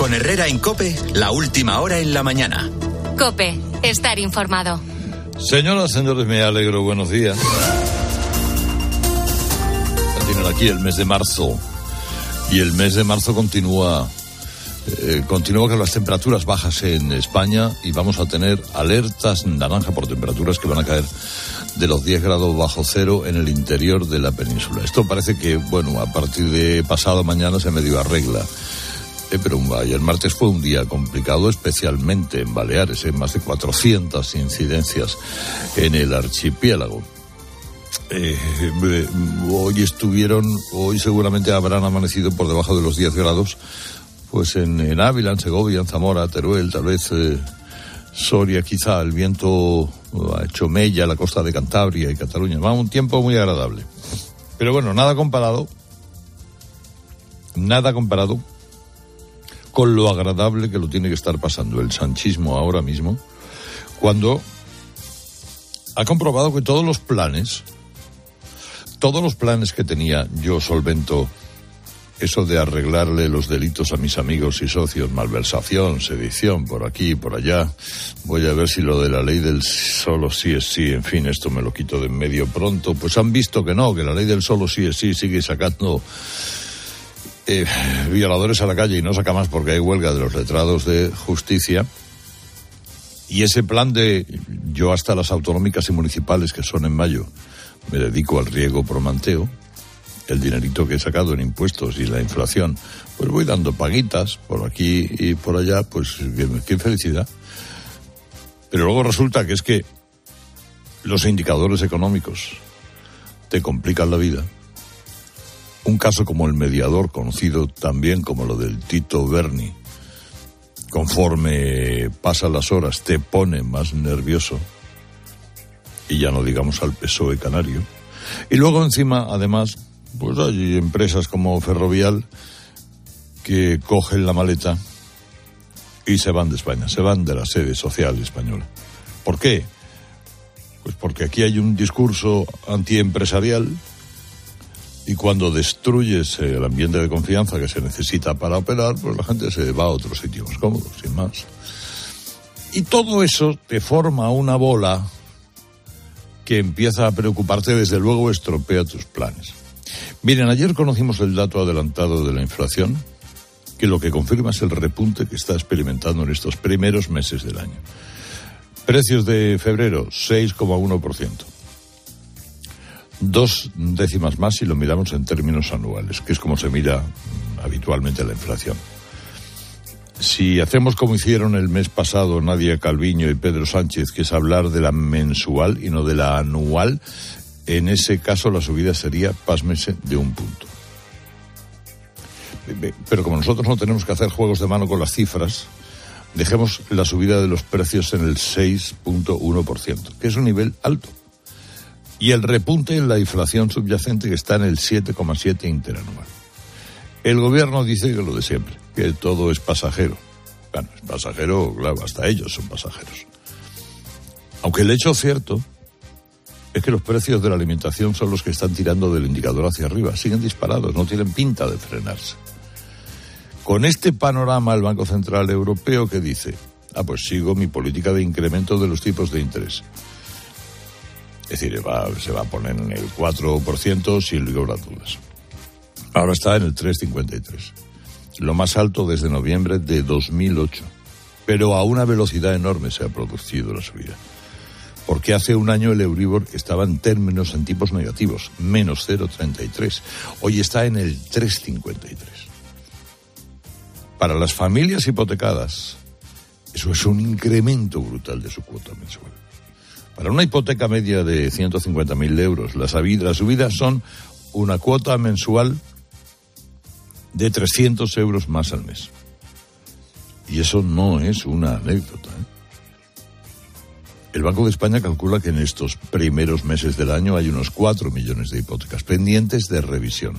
Con Herrera en COPE, la última hora en la mañana. COPE, estar informado. Señoras, señores, me alegro, buenos días. Ya tienen aquí el mes de marzo. Y el mes de marzo continúa con las temperaturas bajas en España y vamos a tener alertas naranja por temperaturas que van a caer de los 10 grados bajo cero en el interior de la península. Esto parece que, bueno, a partir de pasado mañana se medio arregla. Pero el martes fue un día complicado, especialmente en Baleares, más de 400 incidencias en el archipiélago. Hoy seguramente habrán amanecido por debajo de los 10 grados, pues en Ávila, en Segovia, en Zamora, Teruel, tal vez Soria, quizá. El viento ha hecho mella a la costa de Cantabria y Cataluña. Va un tiempo muy agradable. Pero bueno, nada comparado con lo agradable que lo tiene que estar pasando el sanchismo ahora mismo, cuando ha comprobado que todos los planes que tenía Yo Solvento, eso de arreglarle los delitos a mis amigos y socios, malversación, sedición, por aquí y por allá, voy a ver si lo de la ley del solo sí es sí, en fin, esto me lo quito de en medio pronto, pues han visto que no, que la ley del solo sí es sí sigue sacando violadores a la calle y no saca más porque hay huelga de los letrados de justicia. Y ese plan de yo hasta las autonómicas y municipales, que son en mayo, me dedico al riego promanteo, el dinerito que he sacado en impuestos y la inflación, pues voy dando paguitas por aquí y por allá, pues qué felicidad. Pero luego resulta que es que los indicadores económicos te complican la vida. Un caso como el Mediador, conocido también como lo del Tito Berni, conforme pasan las horas te pone más nervioso, y ya no digamos al PSOE canario. Y luego encima, además, pues hay empresas como Ferrovial que cogen la maleta y se van de España, se van de la sede social española. ¿Por qué? Pues porque aquí hay un discurso antiempresarial. Y cuando destruyes el ambiente de confianza que se necesita para operar, pues la gente se va a otro sitio más cómodo, sin más. Y todo eso te forma una bola que empieza a preocuparte, desde luego estropea tus planes. Miren, ayer conocimos el dato adelantado de la inflación, que lo que confirma es el repunte que está experimentando en estos primeros meses del año. Precios de febrero, 6,1%. 2 décimas más si lo miramos en términos anuales, que es como se mira habitualmente la inflación. Si hacemos como hicieron el mes pasado Nadia Calviño y Pedro Sánchez, que es hablar de la mensual y no de la anual, en ese caso la subida sería, pásmese, de 1 punto. Pero como nosotros no tenemos que hacer juegos de mano con las cifras, dejemos la subida de los precios en el 6,1%, que es un nivel alto. Y el repunte en la inflación subyacente, que está en el 7,7 interanual. El gobierno dice que lo de siempre, que todo es pasajero. Bueno, es pasajero, claro, hasta ellos son pasajeros. Aunque el hecho cierto es que los precios de la alimentación son los que están tirando del indicador hacia arriba. Siguen disparados, no tienen pinta de frenarse. Con este panorama, el Banco Central Europeo, ¿qué dice? Pues sigo mi política de incremento de los tipos de interés. Es decir, se va a poner en el 4% sin lugar a dudas. Ahora está en el 3,53. Lo más alto desde noviembre de 2008. Pero a una velocidad enorme se ha producido la subida. Porque hace un año el Euribor estaba en tipos negativos, menos 0,33. Hoy está en el 3,53. Para las familias hipotecadas, eso es un incremento brutal de su cuota mensual. Para una hipoteca media de 150.000 euros, las subidas son una cuota mensual de 300 euros más al mes. Y eso no es una anécdota, ¿eh? El Banco de España calcula que en estos primeros meses del año hay unos 4 millones de hipotecas pendientes de revisión.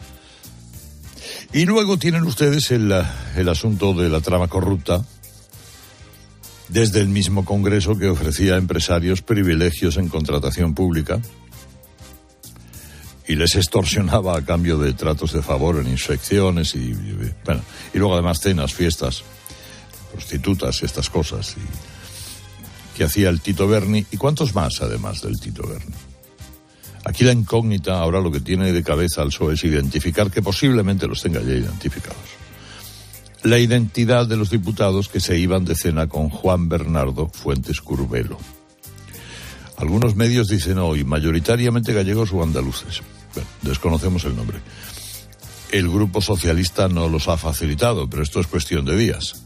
Y luego tienen ustedes el asunto de la trama corrupta, desde el mismo Congreso, que ofrecía a empresarios privilegios en contratación pública y les extorsionaba a cambio de tratos de favor en inspecciones y luego además cenas, fiestas, prostitutas, estas cosas que hacía el Tito Berni. ¿Y cuántos más además del Tito Berni? Aquí la incógnita ahora lo que tiene de cabeza al PSOE es identificar, que posiblemente los tenga ya identificados, la identidad de los diputados que se iban de cena con Juan Bernardo Fuentes Curbelo. Algunos medios dicen hoy mayoritariamente gallegos o andaluces. Bueno, desconocemos el nombre. El Grupo Socialista no los ha facilitado, pero esto es cuestión de días.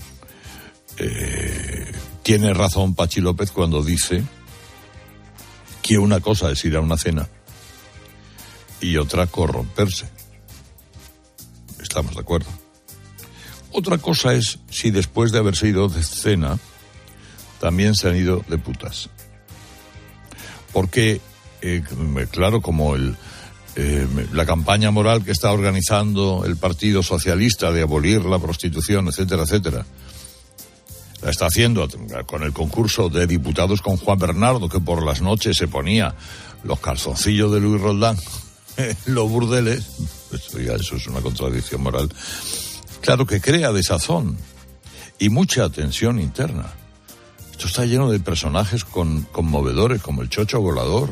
Tiene razón Pachi López cuando dice que una cosa es ir a una cena y otra corromperse. Estamos de acuerdo. Otra cosa es si después de haberse ido de cena también se han ido de putas. Porque, claro, como la campaña moral que está organizando el Partido Socialista de abolir la prostitución, etcétera, etcétera, la está haciendo con el concurso de diputados con Juan Bernardo, que por las noches se ponía los calzoncillos de Luis Roldán en los burdeles. Eso es una contradicción moral. Claro que crea desazón y mucha tensión interna. Esto está lleno de personajes conmovedores, como el Chocho Volador,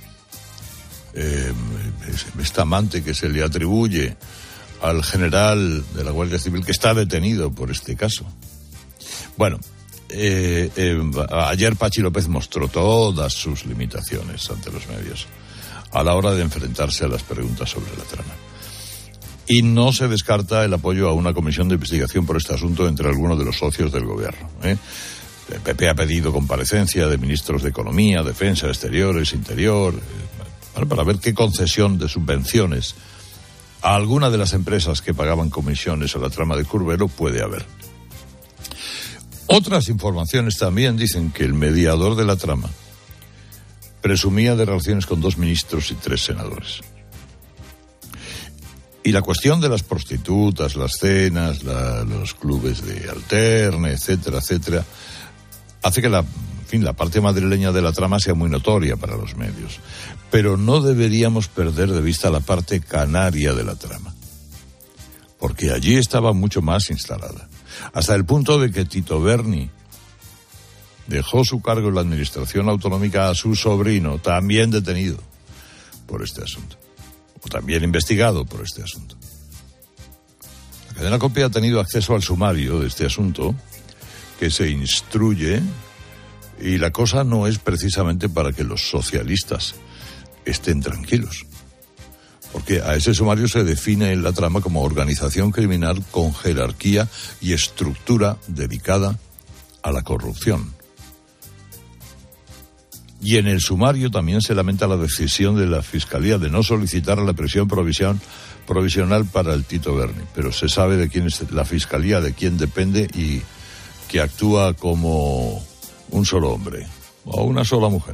esta amante que se le atribuye al general de la Guardia Civil que está detenido por este caso. Bueno, ayer Pachi López mostró todas sus limitaciones ante los medios a la hora de enfrentarse a las preguntas sobre la trama. Y no se descarta el apoyo a una comisión de investigación por este asunto entre algunos de los socios del gobierno. El PP ha pedido comparecencia de ministros de Economía, Defensa, Exteriores, Interior, para ver qué concesión de subvenciones a alguna de las empresas que pagaban comisiones a la trama de Curbelo puede haber. Otras informaciones también dicen que el mediador de la trama presumía de relaciones con 2 ministros y 3 senadores. Y la cuestión de las prostitutas, las cenas, los clubes de alterne, etcétera, etcétera, hace que la parte madrileña de la trama sea muy notoria para los medios. Pero no deberíamos perder de vista la parte canaria de la trama, porque allí estaba mucho más instalada, hasta el punto de que Tito Berni dejó su cargo en la administración autonómica a su sobrino, también detenido por este asunto, o también investigado por este asunto. La cadena COPE ha tenido acceso al sumario de este asunto, que se instruye, y la cosa no es precisamente para que los socialistas estén tranquilos, porque a ese sumario se define en la trama como organización criminal con jerarquía y estructura dedicada a la corrupción. Y en el sumario también se lamenta la decisión de la Fiscalía de no solicitar la prisión provisional para el Tito Berni, pero se sabe de quién es la Fiscalía, de quién depende y que actúa como un solo hombre o una sola mujer.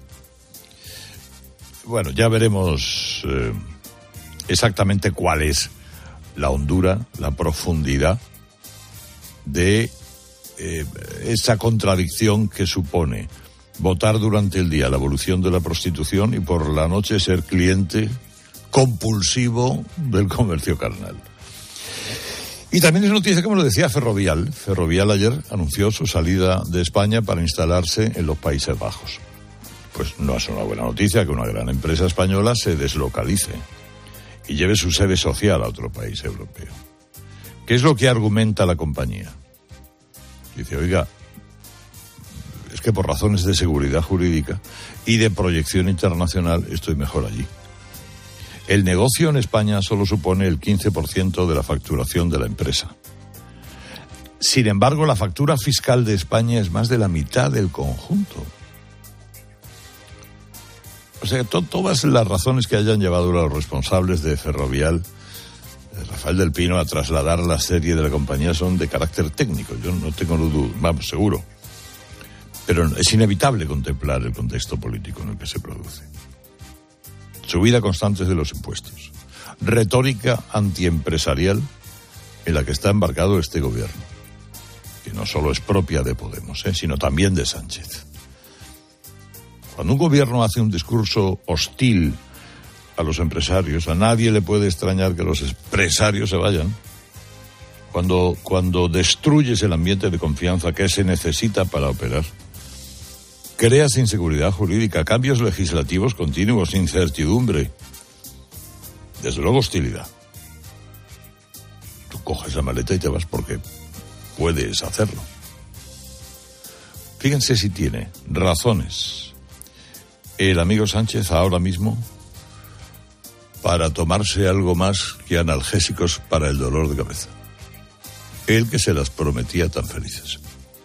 Bueno, ya veremos exactamente cuál es la hondura, la profundidad de esa contradicción que supone votar durante el día la abolición de la prostitución y por la noche ser cliente compulsivo del comercio carnal. Y también es noticia, como lo decía Ferrovial. Ferrovial ayer anunció su salida de España para instalarse en los Países Bajos. Pues no es una buena noticia que una gran empresa española se deslocalice y lleve su sede social a otro país europeo. ¿Qué es lo que argumenta la compañía? Dice, oiga, es que por razones de seguridad jurídica y de proyección internacional estoy mejor allí. El negocio en España solo supone el 15% de la facturación de la empresa. Sin embargo, la factura fiscal de España es más de la mitad del conjunto. O sea, todas las razones que hayan llevado a los responsables de Ferrovial, Rafael del Pino, a trasladar la serie de la compañía son de carácter técnico. Yo no tengo duda, vamos, seguro. Pero es inevitable contemplar el contexto político en el que se produce. Subida constante de los impuestos. Retórica antiempresarial en la que está embarcado este gobierno, que no solo es propia de Podemos, sino también de Sánchez. Cuando un gobierno hace un discurso hostil a los empresarios. A nadie le puede extrañar que los empresarios se vayan. Cuando destruyes el ambiente de confianza que se necesita para operar, creas inseguridad jurídica, cambios legislativos continuos, incertidumbre, desde luego hostilidad. Tú coges la maleta y te vas porque puedes hacerlo. Fíjense si tiene razones el amigo Sánchez ahora mismo para tomarse algo más que analgésicos para el dolor de cabeza. Él que se las prometía tan felices.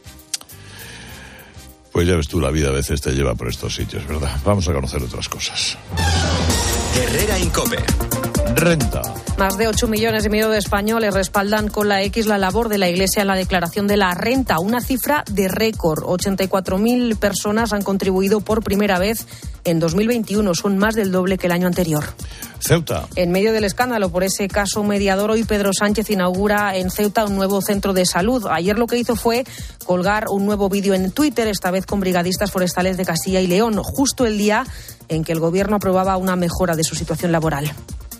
Pues ya ves tú, la vida a veces te lleva por estos sitios, ¿verdad? Vamos a conocer otras cosas. Herrera Incope. Renta. Más de 8,5 millones de españoles respaldan con la X la labor de la Iglesia en la declaración de la renta, una cifra de récord. 84.000 personas han contribuido por primera vez en 2021, son más del doble que el año anterior. Ceuta. En medio del escándalo por ese caso mediador, hoy Pedro Sánchez inaugura en Ceuta un nuevo centro de salud. Ayer lo que hizo fue colgar un nuevo vídeo en Twitter, esta vez con brigadistas forestales de Castilla y León, justo el día en que el gobierno aprobaba una mejora de su situación laboral.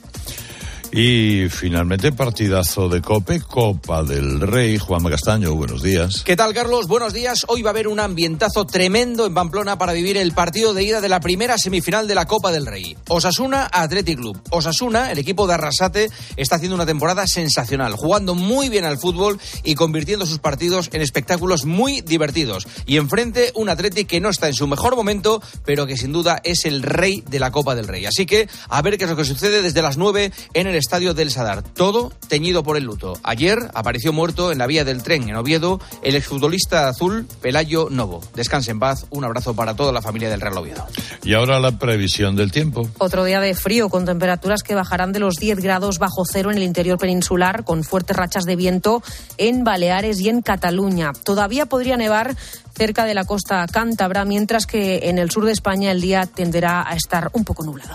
Y finalmente partidazo de COPE, Copa del Rey. Juanma Castaño, buenos días. ¿Qué tal, Carlos? Buenos días. Hoy va a haber un ambientazo tremendo en Pamplona para vivir el partido de ida de la primera semifinal de la Copa del Rey. Osasuna Athletic Club. Osasuna, el equipo de Arrasate, está haciendo una temporada sensacional, jugando muy bien al fútbol y convirtiendo sus partidos en espectáculos muy divertidos. Y enfrente un Athletic que no está en su mejor momento, pero que sin duda es el rey de la Copa del Rey. Así que a ver qué es lo que sucede desde las 9 en el estadio del Sadar, todo teñido por el luto. Ayer apareció muerto en la vía del tren en Oviedo el exfutbolista azul Pelayo Novo. Descanse en paz, un abrazo para toda la familia del Real Oviedo. Y ahora la previsión del tiempo. Otro día de frío con temperaturas que bajarán de los 10 grados bajo cero en el interior peninsular, con fuertes rachas de viento en Baleares y en Cataluña. Todavía podría nevar cerca de la costa cántabra, mientras que en el sur de España el día tenderá a estar un poco nublado.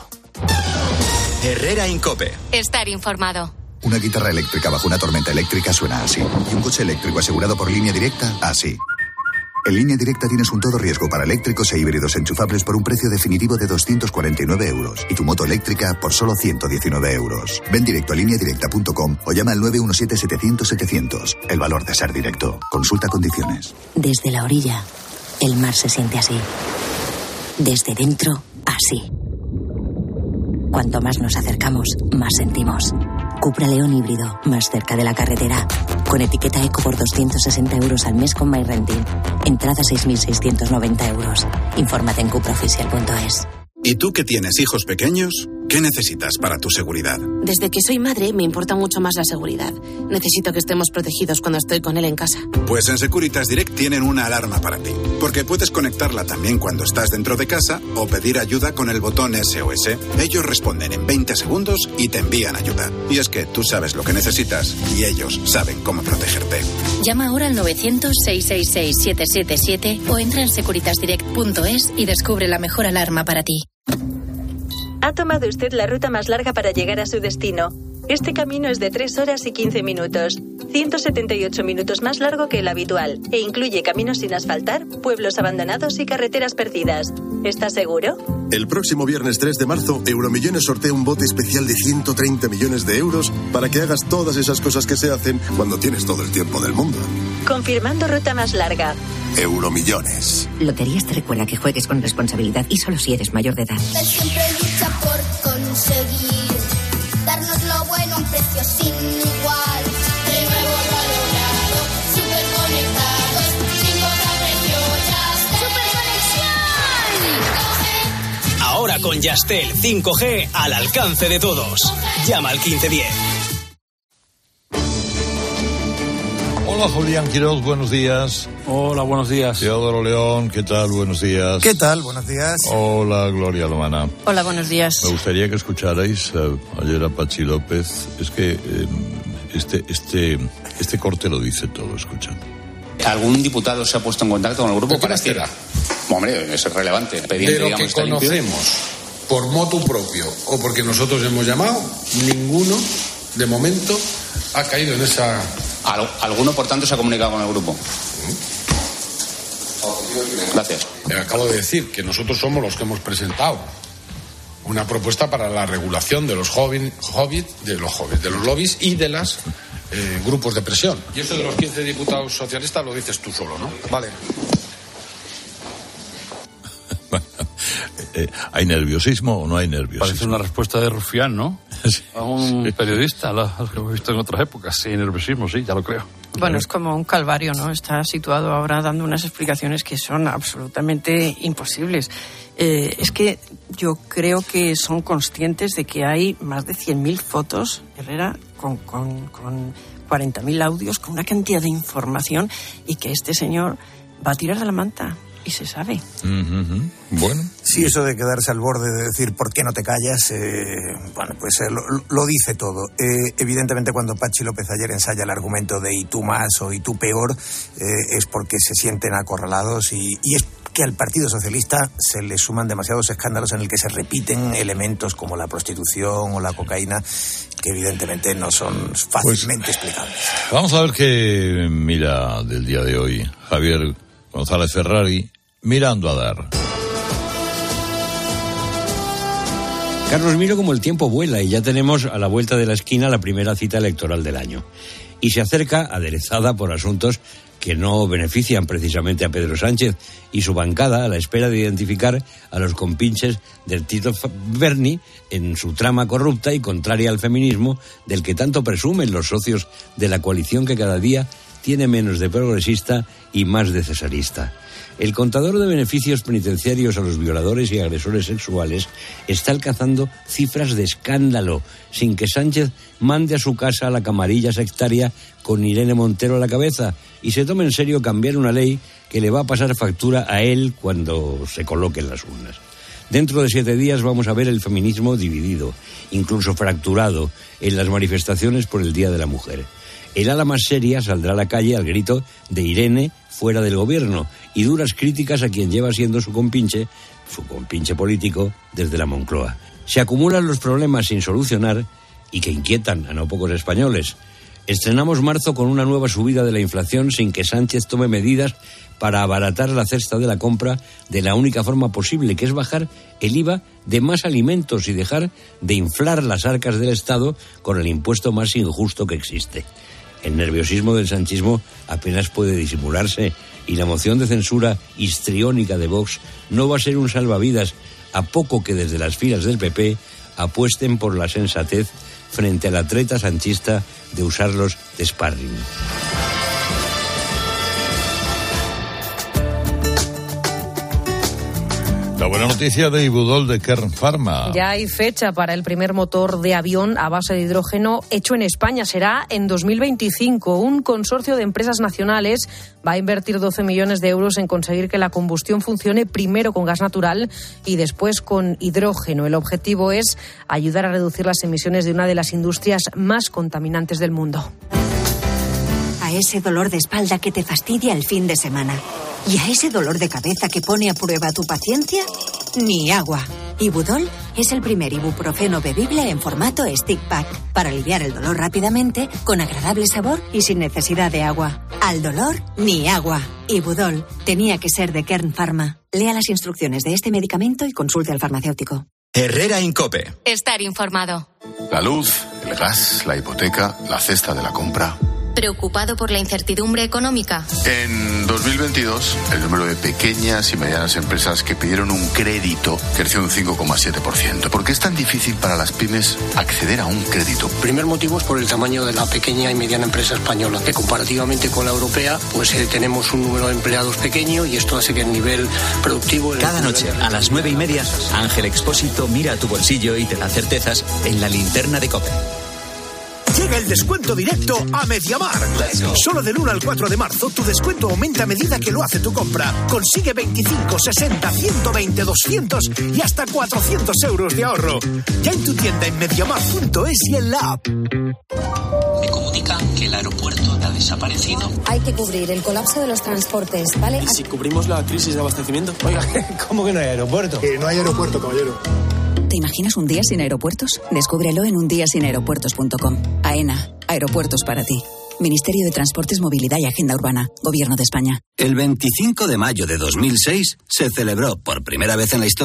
Herrera Incope. Estar informado. Una guitarra eléctrica bajo una tormenta eléctrica suena así. Y un coche eléctrico asegurado por Línea Directa, así. En Línea Directa tienes un todo riesgo para eléctricos e híbridos enchufables por un precio definitivo de 249 euros. Y tu moto eléctrica por solo 119 euros. Ven directo a lineadirecta.com o llama al 917-700-700. El valor de ser directo. Consulta condiciones. Desde la orilla, el mar se siente así. Desde dentro, así. Cuanto más nos acercamos, más sentimos. Cupra León híbrido, más cerca de la carretera. Con etiqueta eco por 260 euros al mes con MyRenting. Entrada 6.690 euros. Infórmate en cupraoficial.es. ¿Y tú que tienes hijos pequeños? ¿Qué necesitas para tu seguridad? Desde que soy madre me importa mucho más la seguridad. Necesito que estemos protegidos cuando estoy con él en casa. Pues en Securitas Direct tienen una alarma para ti. Porque puedes conectarla también cuando estás dentro de casa o pedir ayuda con el botón SOS. Ellos responden en 20 segundos y te envían ayuda. Y es que tú sabes lo que necesitas y ellos saben cómo protegerte. Llama ahora al 900-666-777 o entra en securitasdirect.es y descubre la mejor alarma para ti. Ha tomado usted la ruta más larga para llegar a su destino. Este camino es de 3 horas y 15 minutos, 178 minutos más largo que el habitual, e incluye caminos sin asfaltar, pueblos abandonados y carreteras perdidas. ¿Está seguro? El próximo viernes 3 de marzo, Euromillones sortea un bote especial de 130 millones de euros para que hagas todas esas cosas que se hacen cuando tienes todo el tiempo del mundo. Confirmando ruta más larga. Euromillones. Loterías te recuerda que juegues con responsabilidad y solo si eres mayor de edad. Él siempre lucha por conseguir darnos lo bueno a un precio sin igual. De nuevo lo ha logrado, súper conectados, sin cobrar precio ya está. ¡Súper conexión! Ahora con Yastel 5G al alcance de todos. Llama al 1510. Hola Julián Quiroz, buenos días. Hola, buenos días. Teodoro León, ¿qué tal? Buenos días. ¿Qué tal? Buenos días. Hola Gloria Lomana. Hola, buenos días. Me gustaría que escucharais ayer a Pachi López. Es que este corte lo dice todo, escuchad. ¿Algún diputado se ha puesto en contacto con el grupo para que... Hombre, eso es relevante. Pedir, de lo que conocemos por motu propio o porque nosotros hemos llamado, ninguno de momento ha caído en esa... ¿Alguno, por tanto, se ha comunicado con el grupo? Gracias. Acabo de decir que nosotros somos los que hemos presentado una propuesta para la regulación de los de los lobbies y de los grupos de presión. Y eso de los 15 diputados socialistas lo dices tú solo, ¿no? Vale. ¿Hay nerviosismo o no hay nerviosismo? Parece una respuesta de Rufián, ¿no? Sí. A un periodista, lo hemos visto en otras épocas. Sí, nerviosismo, sí, ya lo creo. Bueno, es como un calvario, ¿no? Está situado ahora dando unas explicaciones que son absolutamente imposibles. Es que yo creo que son conscientes de que hay más de 100.000 fotos, Herrera, con 40.000 audios, con una cantidad de información, y que este señor va a tirar de la manta. Y se sabe. Bueno. Sí, eso de quedarse al borde de decir ¿por qué no te callas? Lo dice todo. Evidentemente, cuando Pachi López ayer ensaya el argumento de y tú más o y tú peor, es porque se sienten acorralados y es que al Partido Socialista se le suman demasiados escándalos en el que se repiten elementos como la prostitución o la cocaína que evidentemente no son fácilmente explicables. Vamos a ver qué mira del día de hoy Javier González Ferrari, mirando a dar. Carlos, miro como el tiempo vuela y ya tenemos a la vuelta de la esquina la primera cita electoral del año. Y se acerca aderezada por asuntos que no benefician precisamente a Pedro Sánchez y su bancada, a la espera de identificar a los compinches del Tito Berni en su trama corrupta y contraria al feminismo del que tanto presumen los socios de la coalición que cada día tiene menos de progresista y más de cesarista. El contador de beneficios penitenciarios a los violadores y agresores sexuales está alcanzando cifras de escándalo, sin que Sánchez mande a su casa a la camarilla sectaria con Irene Montero a la cabeza y se tome en serio cambiar una ley que le va a pasar factura a él cuando se coloque en las urnas. Dentro de 7 días vamos a ver el feminismo dividido, incluso fracturado, en las manifestaciones por el Día de la Mujer. El ala más seria saldrá a la calle al grito de Irene fuera del gobierno y duras críticas a quien lleva siendo su compinche político desde la Moncloa. Se acumulan los problemas sin solucionar y que inquietan a no pocos españoles. Estrenamos marzo con una nueva subida de la inflación sin que Sánchez tome medidas para abaratar la cesta de la compra de la única forma posible, que es bajar el IVA de más alimentos y dejar de inflar las arcas del Estado con el impuesto más injusto que existe. El nerviosismo del sanchismo apenas puede disimularse y la moción de censura histriónica de Vox no va a ser un salvavidas, a poco que desde las filas del PP apuesten por la sensatez frente a la treta sanchista de usarlos de sparring. La buena noticia de Ibudol de Kern Pharma. Ya hay fecha para el primer motor de avión a base de hidrógeno hecho en España. Será en 2025. Un consorcio de empresas nacionales va a invertir 12 millones de euros en conseguir que la combustión funcione primero con gas natural y después con hidrógeno. El objetivo es ayudar a reducir las emisiones de una de las industrias más contaminantes del mundo. A ese dolor de espalda que te fastidia el fin de semana. ¿Y a ese dolor de cabeza que pone a prueba tu paciencia? Ni agua. Ibudol es el primer ibuprofeno bebible en formato stick pack para aliviar el dolor rápidamente, con agradable sabor y sin necesidad de agua. Al dolor, ni agua. Ibudol tenía que ser de Kern Pharma. Lea las instrucciones de este medicamento y consulte al farmacéutico. Herrera Incope. Estar informado. La luz, el gas, la hipoteca, la cesta de la compra. ¿Preocupado por la incertidumbre económica? En 2022, el número de pequeñas y medianas empresas que pidieron un crédito creció un 5,7%. ¿Por qué es tan difícil para las pymes acceder a un crédito? El primer motivo es por el tamaño de la pequeña y mediana empresa española, que comparativamente con la europea, pues tenemos un número de empleados pequeño y esto hace que el nivel productivo... Cada noche, a las 9:30, Ángel Expósito mira a tu bolsillo y te da certezas en la linterna de COPE. Llega el descuento directo a Mediamar. Solo del 1 al 4 de marzo tu descuento aumenta a medida que lo hace tu compra. Consigue 25, 60, 120, 200 y hasta 400 euros de ahorro. Ya en tu tienda en mediamar.es y en la app. Me comunican que el aeropuerto ha desaparecido. Hay que cubrir el colapso de los transportes, ¿vale? ¿Y si cubrimos la crisis de abastecimiento? Oiga, ¿cómo que no hay aeropuerto? No hay aeropuerto, caballero. ¿Te imaginas un día sin aeropuertos? Descúbrelo en undiasinaeropuertos.com. AENA, aeropuertos para ti. Ministerio de Transportes, Movilidad y Agenda Urbana. Gobierno de España. El 25 de mayo de 2006 se celebró por primera vez en la historia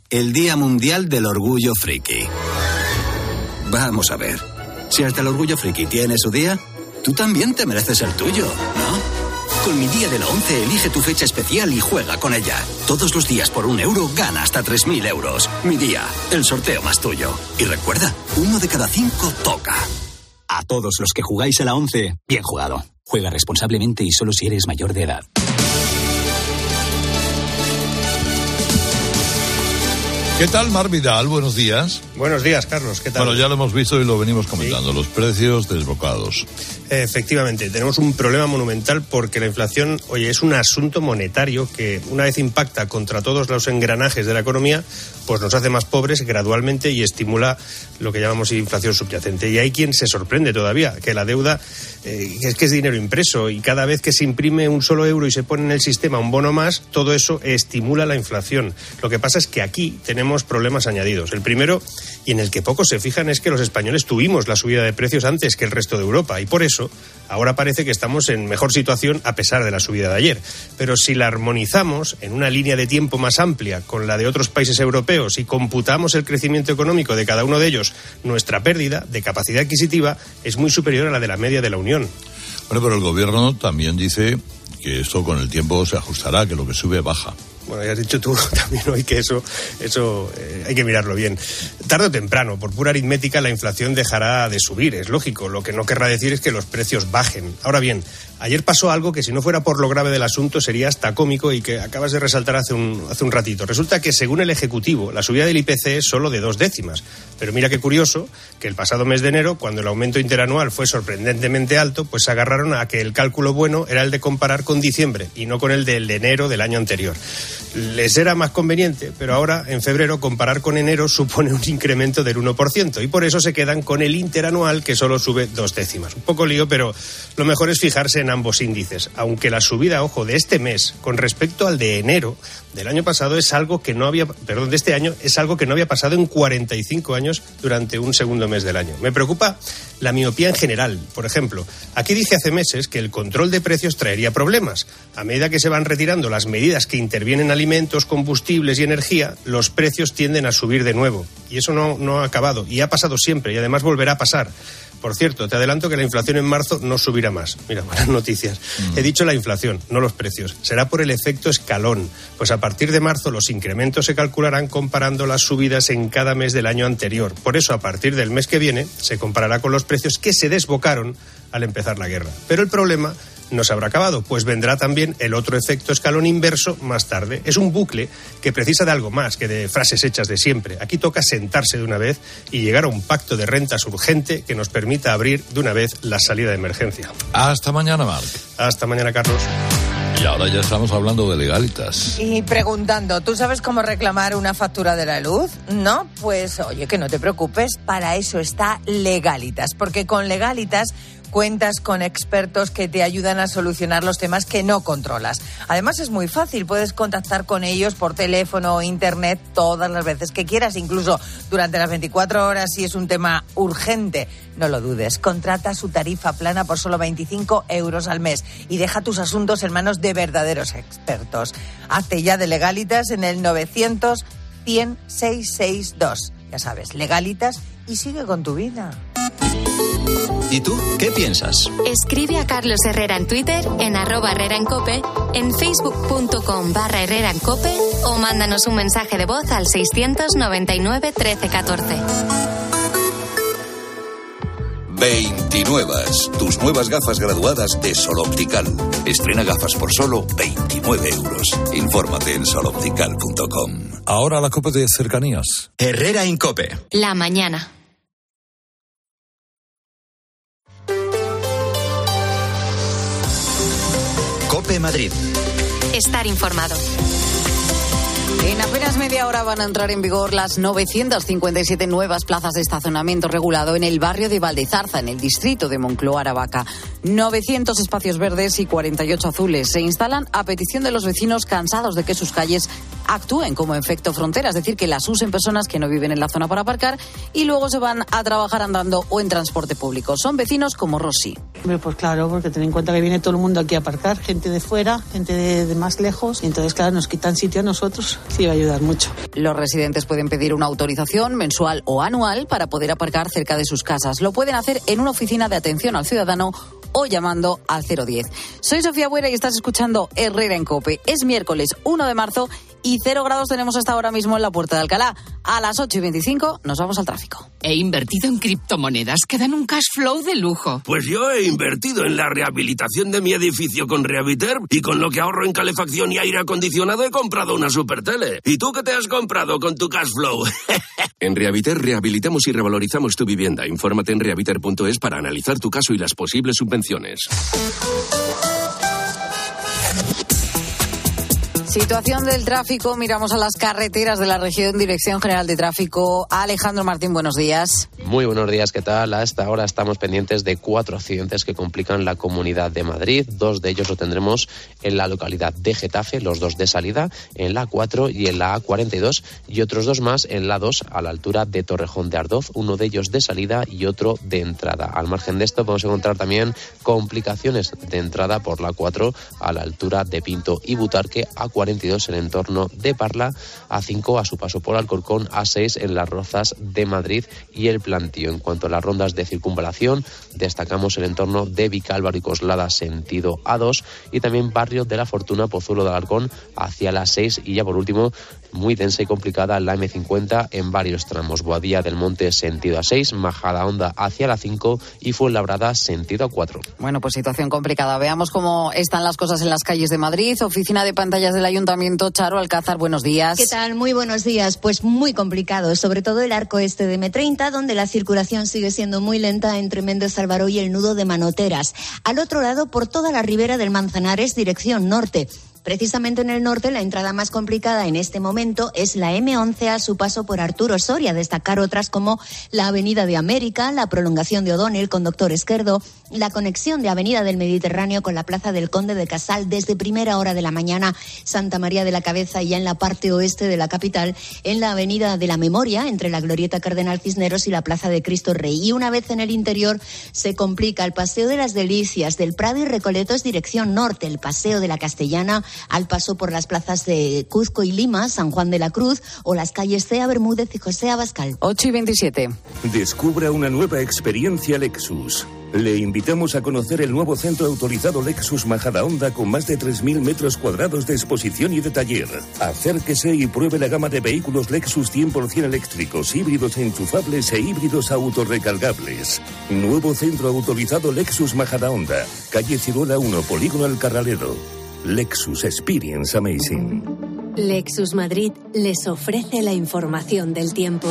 el Día Mundial del Orgullo Friki. Vamos a ver, si hasta el Orgullo Friki tiene su día, tú también te mereces el tuyo, ¿no? Con mi Día de la 11 elige tu fecha especial y juega con ella. Todos los días por €1 gana hasta 3.000 euros. Mi Día, el sorteo más tuyo. Y recuerda, 1 de cada 5 toca. A todos los que jugáis a la 11, bien jugado. Juega responsablemente y solo si eres mayor de edad. ¿Qué tal, Mar Vidal? Buenos días. Buenos días, Carlos. ¿Qué tal? Bueno, ya lo hemos visto y lo venimos comentando. ¿Sí? Los precios desbocados. Efectivamente, tenemos un problema monumental porque la inflación, oye, es un asunto monetario que una vez impacta contra todos los engranajes de la economía, pues nos hace más pobres gradualmente y estimula lo que llamamos inflación subyacente. Y hay quien se sorprende todavía, que la deuda es que es dinero impreso y cada vez que se imprime un solo euro y se pone en el sistema un bono más, todo eso estimula la inflación. Lo que pasa es que aquí tenemos problemas añadidos. El primero, y en el que pocos se fijan, es que los españoles tuvimos la subida de precios antes que el resto de Europa y por eso ahora parece que estamos en mejor situación a pesar de la subida de ayer. Pero si la armonizamos en una línea de tiempo más amplia con la de otros países europeos y computamos el crecimiento económico de cada uno de ellos, nuestra pérdida de capacidad adquisitiva es muy superior a la de la media de la Unión. Bueno, pero el gobierno también dice que esto con el tiempo se ajustará, que lo que sube baja. Bueno, ya has dicho tú también hoy que eso hay que mirarlo bien. Tarde o temprano, por pura aritmética, la inflación dejará de subir, es lógico. Lo que no querrá decir es que los precios bajen. Ahora bien, ayer pasó algo que si no fuera por lo grave del asunto sería hasta cómico y que acabas de resaltar hace un ratito. Resulta que según el Ejecutivo, la subida del IPC es solo de 2 décimas. Pero mira qué curioso que el pasado mes de enero, cuando el aumento interanual fue sorprendentemente alto, pues se agarraron a que el cálculo bueno era el de comparar con diciembre y no con el del de enero del año anterior. Les era más conveniente, pero ahora, en febrero, comparar con enero supone un incremento del 1%, y por eso se quedan con el interanual, que solo sube 2 décimas. Un poco lío, pero lo mejor es fijarse en ambos índices, aunque la subida, ojo, de este mes con respecto al de enero del año pasado es algo que no había, de este año, es algo que no había pasado en 45 años durante un segundo mes del año. Me preocupa la miopía en general. Por ejemplo, aquí dije hace meses que el control de precios traería problemas. A medida que se van retirando las medidas que intervienen en alimentos, combustibles y energía, los precios tienden a subir de nuevo. Y eso no ha acabado. Y ha pasado siempre. Y además volverá a pasar. Por cierto, te adelanto que la inflación en marzo no subirá más. Mira, buenas noticias. He dicho la inflación, no los precios. Será por el efecto escalón. Pues a partir de marzo los incrementos se calcularán comparando las subidas en cada mes del año anterior. Por eso, a partir del mes que viene, se comparará con los precios que se desbocaron al empezar la guerra. Pero el problema no se habrá acabado, pues vendrá también el otro efecto escalón inverso más tarde. Es un bucle que precisa de algo más que de frases hechas de siempre. Aquí toca sentarse de una vez y llegar a un pacto de rentas urgente que nos permita abrir de una vez la salida de emergencia. Hasta mañana, Marc. Hasta mañana, Carlos. Y ahora ya estamos hablando de Legalitas. Y preguntando, ¿tú sabes cómo reclamar una factura de la luz? ¿No? Pues oye, que no te preocupes, para eso está Legalitas, porque con Legalitas cuentas con expertos que te ayudan a solucionar los temas que no controlas. Además es muy fácil, puedes contactar con ellos por teléfono o internet todas las veces que quieras, incluso durante las 24 horas si es un tema urgente. No lo dudes, contrata su tarifa plana por solo 25 euros al mes y deja tus asuntos en manos de verdaderos expertos. Hazte ya de Legalitas en el 900 100 662. Ya sabes, Legalitas y sigue con tu vida. ¿Y tú qué piensas? Escribe a Carlos Herrera en Twitter, en @HerreraEnCope, en facebook.com/HerreraEnCope o mándanos un mensaje de voz al 699 13 14. 29. Tus nuevas gafas graduadas de Sol Optical. Estrena gafas por solo 29 euros. Infórmate en soloptical.com. Ahora la COPE de cercanías. Herrera Incope. La mañana. COPE Madrid. Estar informado. En apenas media hora van a entrar en vigor las 957 nuevas plazas de estacionamiento regulado en el barrio de Valdezarza, en el distrito de Moncloa-Aravaca. 900 espacios verdes y 48 azules se instalan a petición de los vecinos cansados de que sus calles actúen como efecto frontera, es decir, que las usen personas que no viven en la zona para aparcar y luego se van a trabajar andando o en transporte público. Son vecinos como Rosy. Hombre, pues claro, porque ten en cuenta que viene todo el mundo aquí a aparcar, gente de fuera, gente de más lejos, y entonces, claro, nos quitan sitio a nosotros. Sí, va a ayudar mucho. Los residentes pueden pedir una autorización mensual o anual para poder aparcar cerca de sus casas. Lo pueden hacer en una oficina de atención al ciudadano o llamando al 010. Soy Sofía Buera y estás escuchando Herrera en COPE. Es miércoles 1 de marzo y 0 grados tenemos hasta ahora mismo en la Puerta de Alcalá. A las 8:25 nos vamos al tráfico. He invertido en criptomonedas que dan un cash flow de lujo. Pues yo he invertido en la rehabilitación de mi edificio con Rehabiter y con lo que ahorro en calefacción y aire acondicionado he comprado una supertele. ¿Y tú qué te has comprado con tu cash flow? En Rehabiter rehabilitamos y revalorizamos tu vivienda. Infórmate en rehabiter.es para analizar tu caso y las posibles subvenciones. Situación del tráfico, miramos a las carreteras de la región, Dirección General de Tráfico. Alejandro Martín, buenos días. Muy buenos días, ¿qué tal? A esta hora estamos pendientes de 4 accidentes que complican la Comunidad de Madrid. 2 de ellos lo tendremos en la localidad de Getafe, los 2 de salida, en la A4 y en la A42, y otros 2 más en la 2 a la altura de Torrejón de Ardoz, uno de ellos de salida y otro de entrada. Al margen de esto vamos a encontrar también complicaciones de entrada por la 4 a la altura de Pinto y Butarque, A42 en el entorno de Parla, A5 a su paso por Alcorcón, A6 en las Rozas de Madrid y el Plantío. En cuanto a las rondas de circunvalación, destacamos el entorno de Vicálvaro y Coslada sentido A2 y también Barrio de la Fortuna, Pozuelo de Alarcón hacia la 6 y ya por último muy densa y complicada la M50 en varios tramos. Boadilla del Monte sentido A6, Majadahonda hacia la 5 y Fuenlabrada sentido A4. Bueno, pues situación complicada. Veamos cómo están las cosas en las calles de Madrid. Oficina de pantallas del Ayuntamiento, Charo Alcázar, buenos días. ¿Qué tal? Muy buenos días. Pues muy complicado, sobre todo el arco este de M30, donde la circulación sigue siendo muy lenta entre Méndez Álvaro y el nudo de Manoteras. Al otro lado, por toda la ribera del Manzanares, dirección norte. Precisamente en el norte, la entrada más complicada en este momento es la M11 a su paso por Arturo Soria. Destacar otras como la Avenida de América, la prolongación de O'Donnell con Doctor Esquerdo, la conexión de Avenida del Mediterráneo con la Plaza del Conde de Casal desde primera hora de la mañana, Santa María de la Cabeza y ya en la parte oeste de la capital, en la Avenida de la Memoria, entre la Glorieta Cardenal Cisneros y la Plaza de Cristo Rey. Y una vez en el interior, se complica el Paseo de las Delicias, del Prado y Recoletos, dirección norte, el Paseo de la Castellana, al paso por las plazas de Cuzco y Lima, San Juan de la Cruz o las calles Cea Bermúdez y José Abascal. 8:27. Descubra una nueva experiencia Lexus. Le invitamos a conocer el nuevo centro autorizado Lexus Majadahonda con más de 3.000 metros cuadrados de exposición y de taller. Acérquese y pruebe la gama de vehículos Lexus 100% eléctricos, híbridos enchufables e híbridos autorrecargables. Nuevo centro autorizado Lexus Majadahonda, calle Ciruela 1, Polígono El Carralero. Lexus Experience Amazing. Lexus Madrid les ofrece la información del tiempo.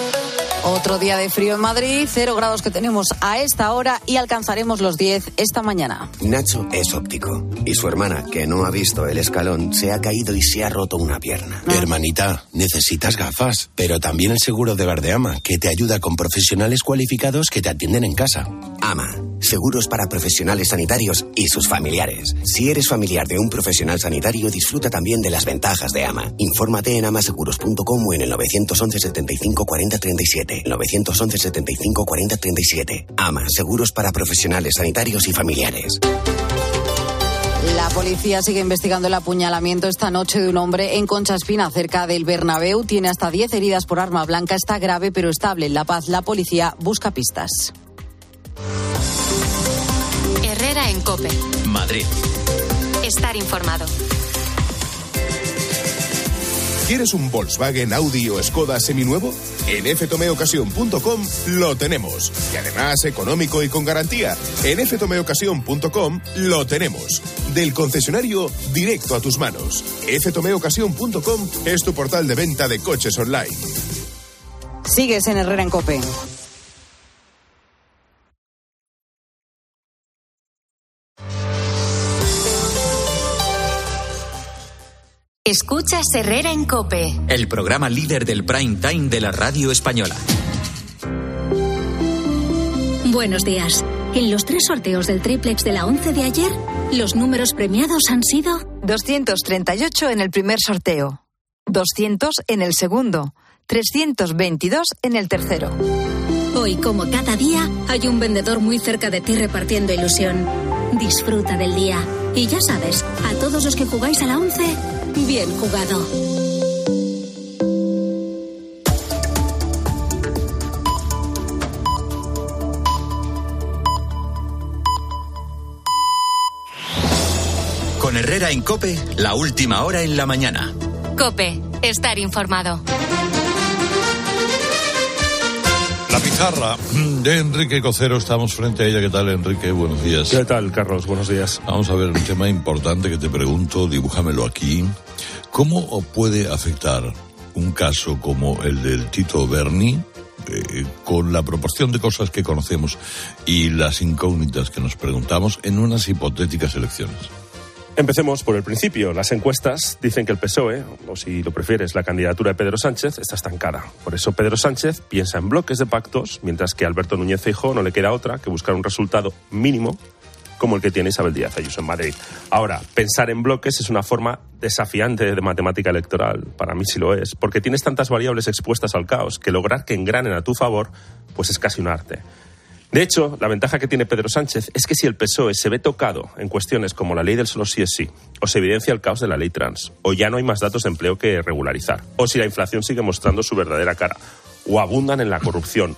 Otro día de frío en Madrid, 0 grados que tenemos a esta hora y alcanzaremos los 10 esta mañana. Nacho es óptico y su hermana, que no ha visto el escalón, se ha caído y se ha roto una pierna. Hermanita, necesitas gafas, pero también el seguro de Verdeama, que te ayuda con profesionales cualificados que te atienden en casa. AMA, seguros para profesionales sanitarios y sus familiares. Si eres familiar de un profesional sanitario, disfruta también de las ventajas de AMA. Infórmate en amaseguros.com o en el 911 75 40 37. 911 75 40 37. AMA, seguros para profesionales sanitarios y familiares. La policía sigue investigando el apuñalamiento esta noche de un hombre en Concha Espina, cerca del Bernabéu. Tiene hasta 10 heridas por arma blanca. Está grave pero estable. En La Paz, la policía busca pistas. Herrera en COPE. Madrid. Estar informado. ¿Quieres un Volkswagen, Audi o Skoda seminuevo? En ftomeocasión.com lo tenemos. Y además económico y con garantía. En ftomeocasión.com lo tenemos. Del concesionario directo a tus manos. ftomeocasión.com es tu portal de venta de coches online. Sigues en Herrera en COPE. Escuchas Herrera en COPE. El programa líder del prime time de la radio española. Buenos días. En los 3 sorteos del triplex de la 11 de ayer, los números premiados han sido 238 en el primer sorteo, 200 en el segundo, 322 en el tercero. Hoy, como cada día, hay un vendedor muy cerca de ti repartiendo ilusión. Disfruta del día. Y ya sabes, a todos los que jugáis a la 11, bien jugado. Con Herrera en COPE, la última hora en la mañana. COPE, estar informado. La pizarra de Enrique Cocero, estamos frente a ella. ¿Qué tal, Enrique? Buenos días. ¿Qué tal, Carlos? Buenos días. Vamos a ver un tema importante que te pregunto, dibújamelo aquí. ¿Cómo puede afectar un caso como el del Tito Berni, con la proporción de cosas que conocemos y las incógnitas que nos preguntamos en unas hipotéticas elecciones? Empecemos por el principio. Las encuestas dicen que el PSOE, o si lo prefieres, la candidatura de Pedro Sánchez, está estancada. Por eso Pedro Sánchez piensa en bloques de pactos, mientras que a Alberto Núñez Feijóo no le queda otra que buscar un resultado mínimo como el que tiene Isabel Díaz Ayuso en Madrid. Ahora, pensar en bloques es una forma desafiante de matemática electoral. Para mí sí lo es, porque tienes tantas variables expuestas al caos que lograr que engranen a tu favor, pues es casi un arte. De hecho, la ventaja que tiene Pedro Sánchez es que si el PSOE se ve tocado en cuestiones como la ley del solo sí es sí, o se evidencia el caos de la ley trans, o ya no hay más datos de empleo que regularizar, o si la inflación sigue mostrando su verdadera cara, o abundan en la corrupción,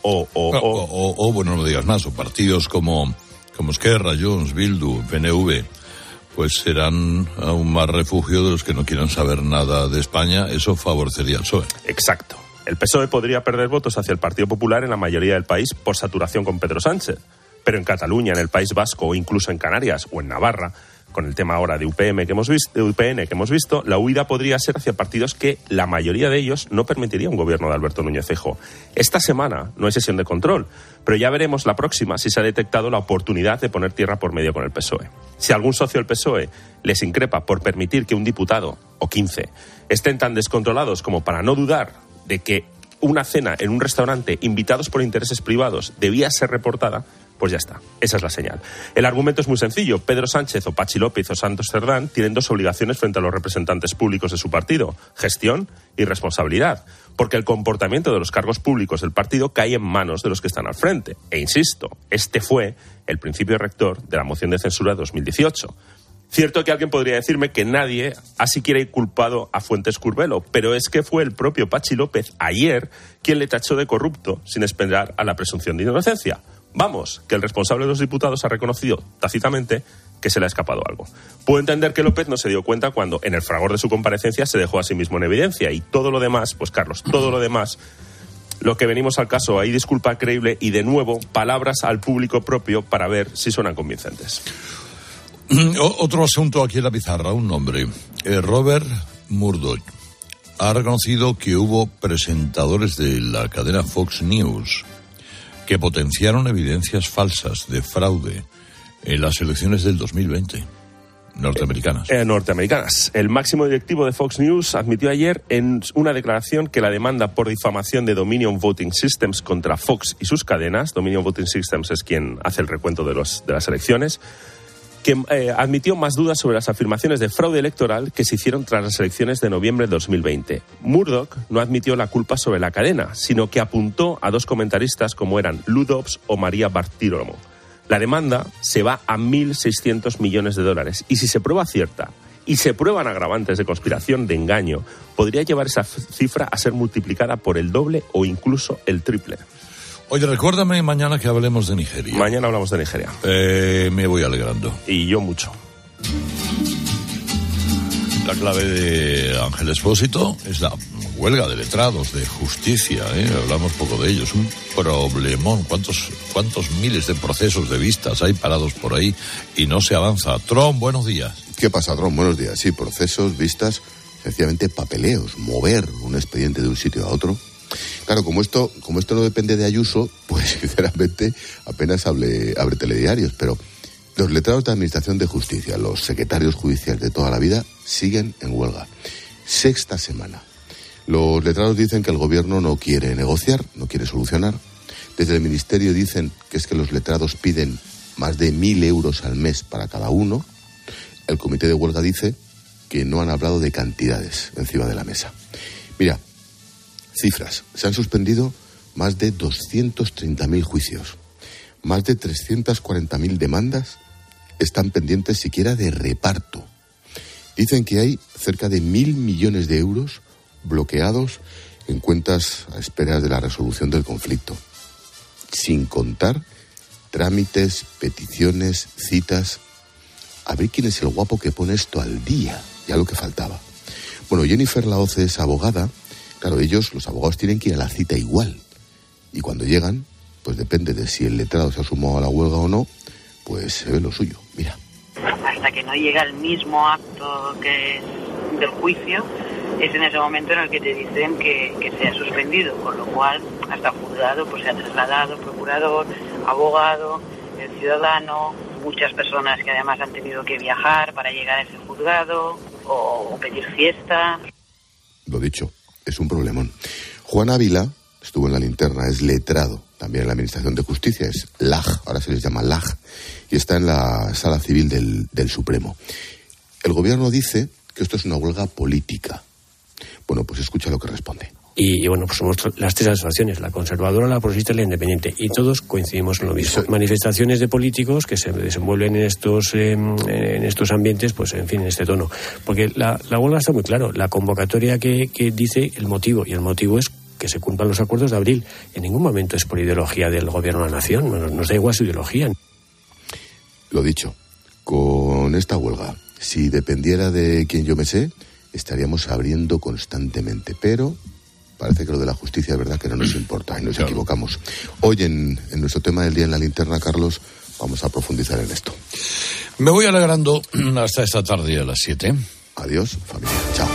bueno, no digas más, o partidos como Esquerra, Junts, Bildu, PNV, pues serán aún más refugio de los que no quieran saber nada de España. Eso favorecería al PSOE. Exacto. El PSOE podría perder votos hacia el Partido Popular en la mayoría del país por saturación con Pedro Sánchez. Pero en Cataluña, en el País Vasco o incluso en Canarias o en Navarra, con el tema ahora de UPN que hemos visto, la huida podría ser hacia partidos que la mayoría de ellos no permitiría un gobierno de Alberto Núñez Feijóo. Esta semana no hay sesión de control, pero ya veremos la próxima si se ha detectado la oportunidad de poner tierra por medio con el PSOE. Si algún socio del PSOE les increpa por permitir que un diputado, o 15, estén tan descontrolados como para no dudar de que una cena en un restaurante invitados por intereses privados debía ser reportada, pues ya está. Esa es la señal. El argumento es muy sencillo. Pedro Sánchez o Pachi López o Santos Cerdán tienen dos obligaciones frente a los representantes públicos de su partido: gestión y responsabilidad. Porque el comportamiento de los cargos públicos del partido cae en manos de los que están al frente. E insisto, este fue el principio rector de la moción de censura de 2018. Cierto que alguien podría decirme que nadie ha siquiera inculpado a Fuentes Curbelo, pero es que fue el propio Pachi López ayer quien le tachó de corrupto sin esperar a la presunción de inocencia. Vamos, que el responsable de los diputados ha reconocido tácitamente que se le ha escapado algo. Puedo entender que López no se dio cuenta cuando, en el fragor de su comparecencia, se dejó a sí mismo en evidencia. Y todo lo demás, pues Carlos, todo lo demás, lo que venimos al caso, hay disculpa creíble y, de nuevo, palabras al público propio para ver si suenan convincentes. Otro asunto aquí en la pizarra, un nombre. Robert Murdoch ha reconocido que hubo presentadores de la cadena Fox News que potenciaron evidencias falsas de fraude en las elecciones del 2020 norteamericanas. Norteamericanas. El máximo directivo de Fox News admitió ayer en una declaración que la demanda por difamación de Dominion Voting Systems contra Fox y sus cadenas, Dominion Voting Systems es quien hace el recuento de las elecciones, que admitió más dudas sobre las afirmaciones de fraude electoral que se hicieron tras las elecciones de noviembre de 2020. Murdoch no admitió la culpa sobre la cadena, sino que apuntó a dos comentaristas como eran Lou Dobbs o María Bartiromo. La demanda se va a $1.600 millones y si se prueba cierta y se prueban agravantes de conspiración, de engaño, podría llevar esa cifra a ser multiplicada por el doble o incluso el triple. Oye, recuérdame mañana que hablemos de Nigeria. Mañana hablamos de Nigeria. Me voy alegrando. Y yo mucho. La clave de Ángel Expósito es la huelga de letrados, de justicia, hablamos poco de ellos, un problemón. ¿Cuántos miles de procesos de vistas hay parados por ahí y no se avanza? Tron, buenos días. ¿Qué pasa, Tron? Buenos días. Sí, procesos, vistas, sencillamente papeleos, mover un expediente de un sitio a otro. Claro, como esto no depende de Ayuso, pues sinceramente apenas abre telediarios, pero los letrados de Administración de Justicia, los secretarios judiciales de toda la vida, siguen en huelga. 6ª semana. Los letrados dicen que el gobierno no quiere negociar, no quiere solucionar. Desde el ministerio dicen que es que los letrados piden más de 1.000 euros al mes para cada uno. El comité de huelga dice que no han hablado de cantidades encima de la mesa. Mira, cifras. Se han suspendido más de 230.000 juicios. Más de 340.000 demandas están pendientes siquiera de reparto. Dicen que hay cerca de 1.000 millones de euros bloqueados en cuentas a espera de la resolución del conflicto. Sin contar trámites, peticiones, citas. A ver quién es el guapo que pone esto al día. Ya lo que faltaba. Bueno, Jennifer Laoce es abogada. Claro, los abogados tienen que ir a la cita igual. Y cuando llegan, pues depende de si el letrado se ha sumado a la huelga o no, pues se ve lo suyo. Mira. Hasta que no llega el mismo acto que es del juicio, es en ese momento en el que te dicen que se ha suspendido, con lo cual hasta el juzgado pues se ha trasladado procurador, abogado, el ciudadano, muchas personas que además han tenido que viajar para llegar a ese juzgado o pedir fiesta. Lo dicho, es un problemón. Juan Ávila estuvo en La Linterna, es letrado también en la Administración de Justicia, es LAJ, ahora se les llama LAJ, y está en la Sala Civil del Supremo. El gobierno dice que esto es una huelga política. Bueno, pues escucha lo que responde. Y bueno, pues somos las tres asociaciones, la conservadora, la progresista y la independiente, y todos coincidimos en lo mismo. Manifestaciones de políticos que se desenvuelven en estos ambientes, pues en fin, en este tono. Porque la huelga está muy claro, la convocatoria que dice el motivo, y el motivo es que se cumplan los acuerdos de abril. En ningún momento es por ideología del gobierno de la nación, nos da igual su ideología. Lo dicho, con esta huelga, si dependiera de quien yo me sé, estaríamos abriendo constantemente, pero parece que lo de la justicia es verdad que no nos importa y nos equivocamos. Hoy en nuestro tema del día en La Linterna, Carlos, vamos a profundizar en esto. Me voy alegrando hasta esta tarde a las 7. Adiós, familia. Chao.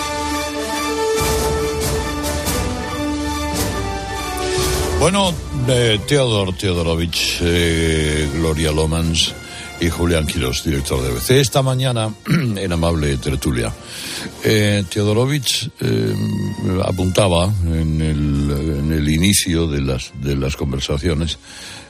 Bueno, Teodorovich, Gloria Lomans y Julián Quirós, director de ABC. Esta mañana, en amable tertulia, Teodorovich apuntaba en el inicio de las conversaciones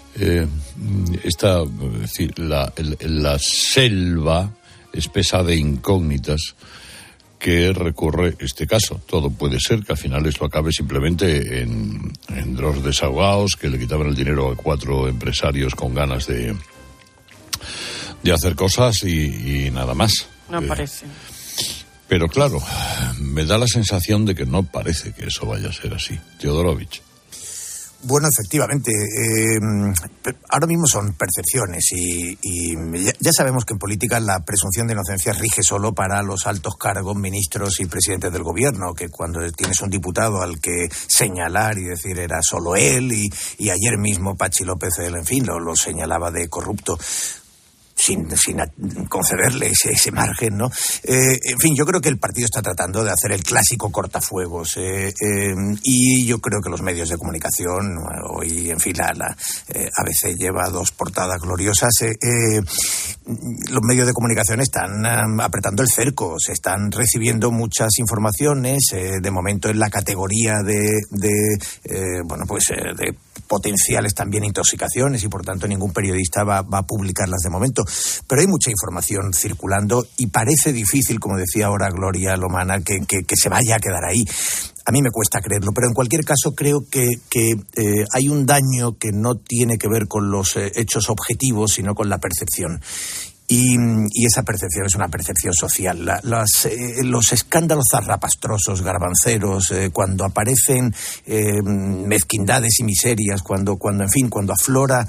la selva espesa de incógnitas que recorre este caso. Todo puede ser que al final esto acabe simplemente en los desahogados que le quitaban el dinero a 4 empresarios con ganas de hacer cosas y nada más. No parece. Pero claro, me da la sensación de que no parece que eso vaya a ser así. Teodorovich. Bueno, efectivamente, ahora mismo son percepciones y ya sabemos que en política la presunción de inocencia rige solo para los altos cargos, ministros y presidentes del gobierno, que cuando tienes un diputado al que señalar y decir era solo él y ayer mismo Pachi López, en fin, lo señalaba de corrupto, sin concederle ese margen, ¿no? En fin, yo creo que el partido está tratando de hacer el clásico cortafuegos y yo creo que los medios de comunicación, hoy, en fin, ABC lleva 2 portadas gloriosas, los medios de comunicación están apretando el cerco, se están recibiendo muchas informaciones, de momento en la categoría de potenciales también intoxicaciones y por tanto ningún periodista va a publicarlas de momento. Pero hay mucha información circulando y parece difícil, como decía ahora Gloria Lomana, que se vaya a quedar ahí. A mí me cuesta creerlo, pero en cualquier caso creo que hay un daño que no tiene que ver con los hechos objetivos, sino con la percepción. Y esa percepción es una percepción social. Los escándalos zarrapastrosos, garbanceros, cuando aparecen mezquindades y miserias, cuando aflora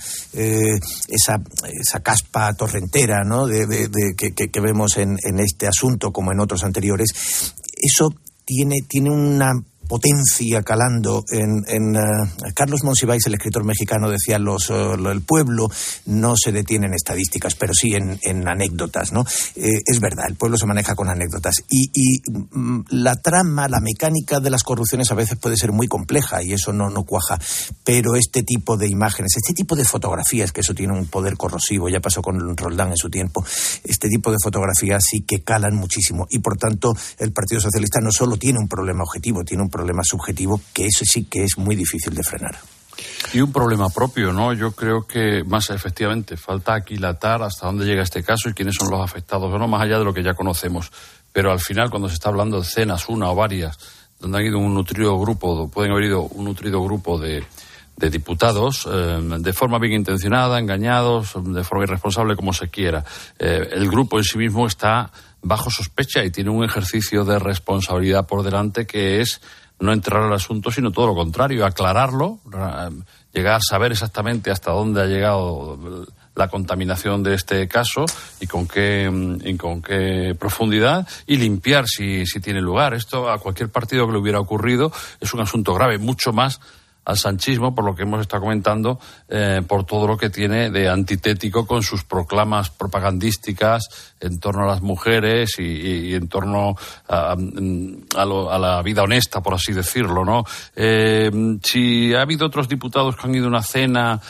esa caspa torrentera, ¿no? que vemos en este asunto como en otros anteriores, eso tiene una potencia calando en Carlos Monsiváis, el escritor mexicano, decía el pueblo no se detiene en estadísticas, pero sí en anécdotas, ¿no? Es verdad, el pueblo se maneja con anécdotas y la trama, la mecánica de las corrupciones a veces puede ser muy compleja y eso no cuaja, pero este tipo de imágenes, este tipo de fotografías, que eso tiene un poder corrosivo, ya pasó con Roldán en su tiempo, este tipo de fotografías sí que calan muchísimo y por tanto el Partido Socialista no solo tiene un problema objetivo, tiene un problema subjetivo, que eso sí que es muy difícil de frenar. Y un problema propio, ¿no? Yo creo que más efectivamente falta aquilatar hasta dónde llega este caso y quiénes son los afectados, ¿no? Más allá de lo que ya conocemos. pero al final, cuando se está hablando de cenas, una o varias, donde han ido pueden haber ido un nutrido grupo de diputados, de forma bien intencionada, engañados, de forma irresponsable, como se quiera. El grupo en sí mismo está bajo sospecha y tiene un ejercicio de responsabilidad por delante que es no enterrar el asunto, sino todo lo contrario, aclararlo, llegar a saber exactamente hasta dónde ha llegado la contaminación de este caso y con qué profundidad, y limpiar si tiene lugar. Esto a cualquier partido que le hubiera ocurrido es un asunto grave, mucho más al sanchismo, por lo que hemos estado comentando, por todo lo que tiene de antitético con sus proclamas propagandísticas en torno a las mujeres y en torno a la vida honesta, por así decirlo, ¿no? Si ha habido otros diputados que han ido a una cena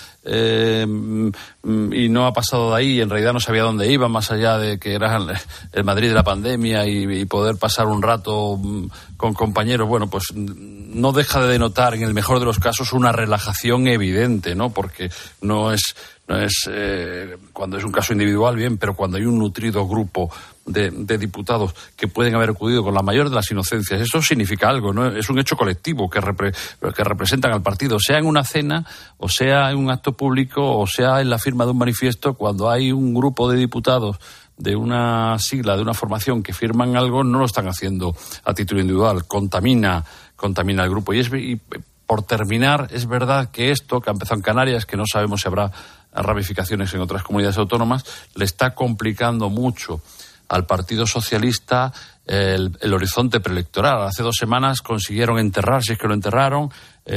y no ha pasado de ahí, en realidad no sabía dónde iba, más allá de que era el Madrid de la pandemia y poder pasar un rato con compañeros, bueno, pues no deja de denotar, en el mejor de los casos, una relajación evidente, ¿no? Porque no es cuando es un caso individual, bien, pero cuando hay un nutrido grupo de diputados que pueden haber acudido con la mayor de las inocencias, eso significa algo, ¿no? Es un hecho colectivo que representan al partido, sea en una cena, o sea en un acto público, o sea en la firma de un manifiesto. Cuando hay un grupo de diputados de una sigla, de una formación que firman algo, no lo están haciendo a título individual, contamina el grupo. Y por terminar, es verdad que esto, que ha empezado en Canarias, que no sabemos si habrá ramificaciones en otras comunidades autónomas, le está complicando mucho al Partido Socialista el horizonte preelectoral. Hace 2 semanas consiguieron enterrar, si es que lo enterraron,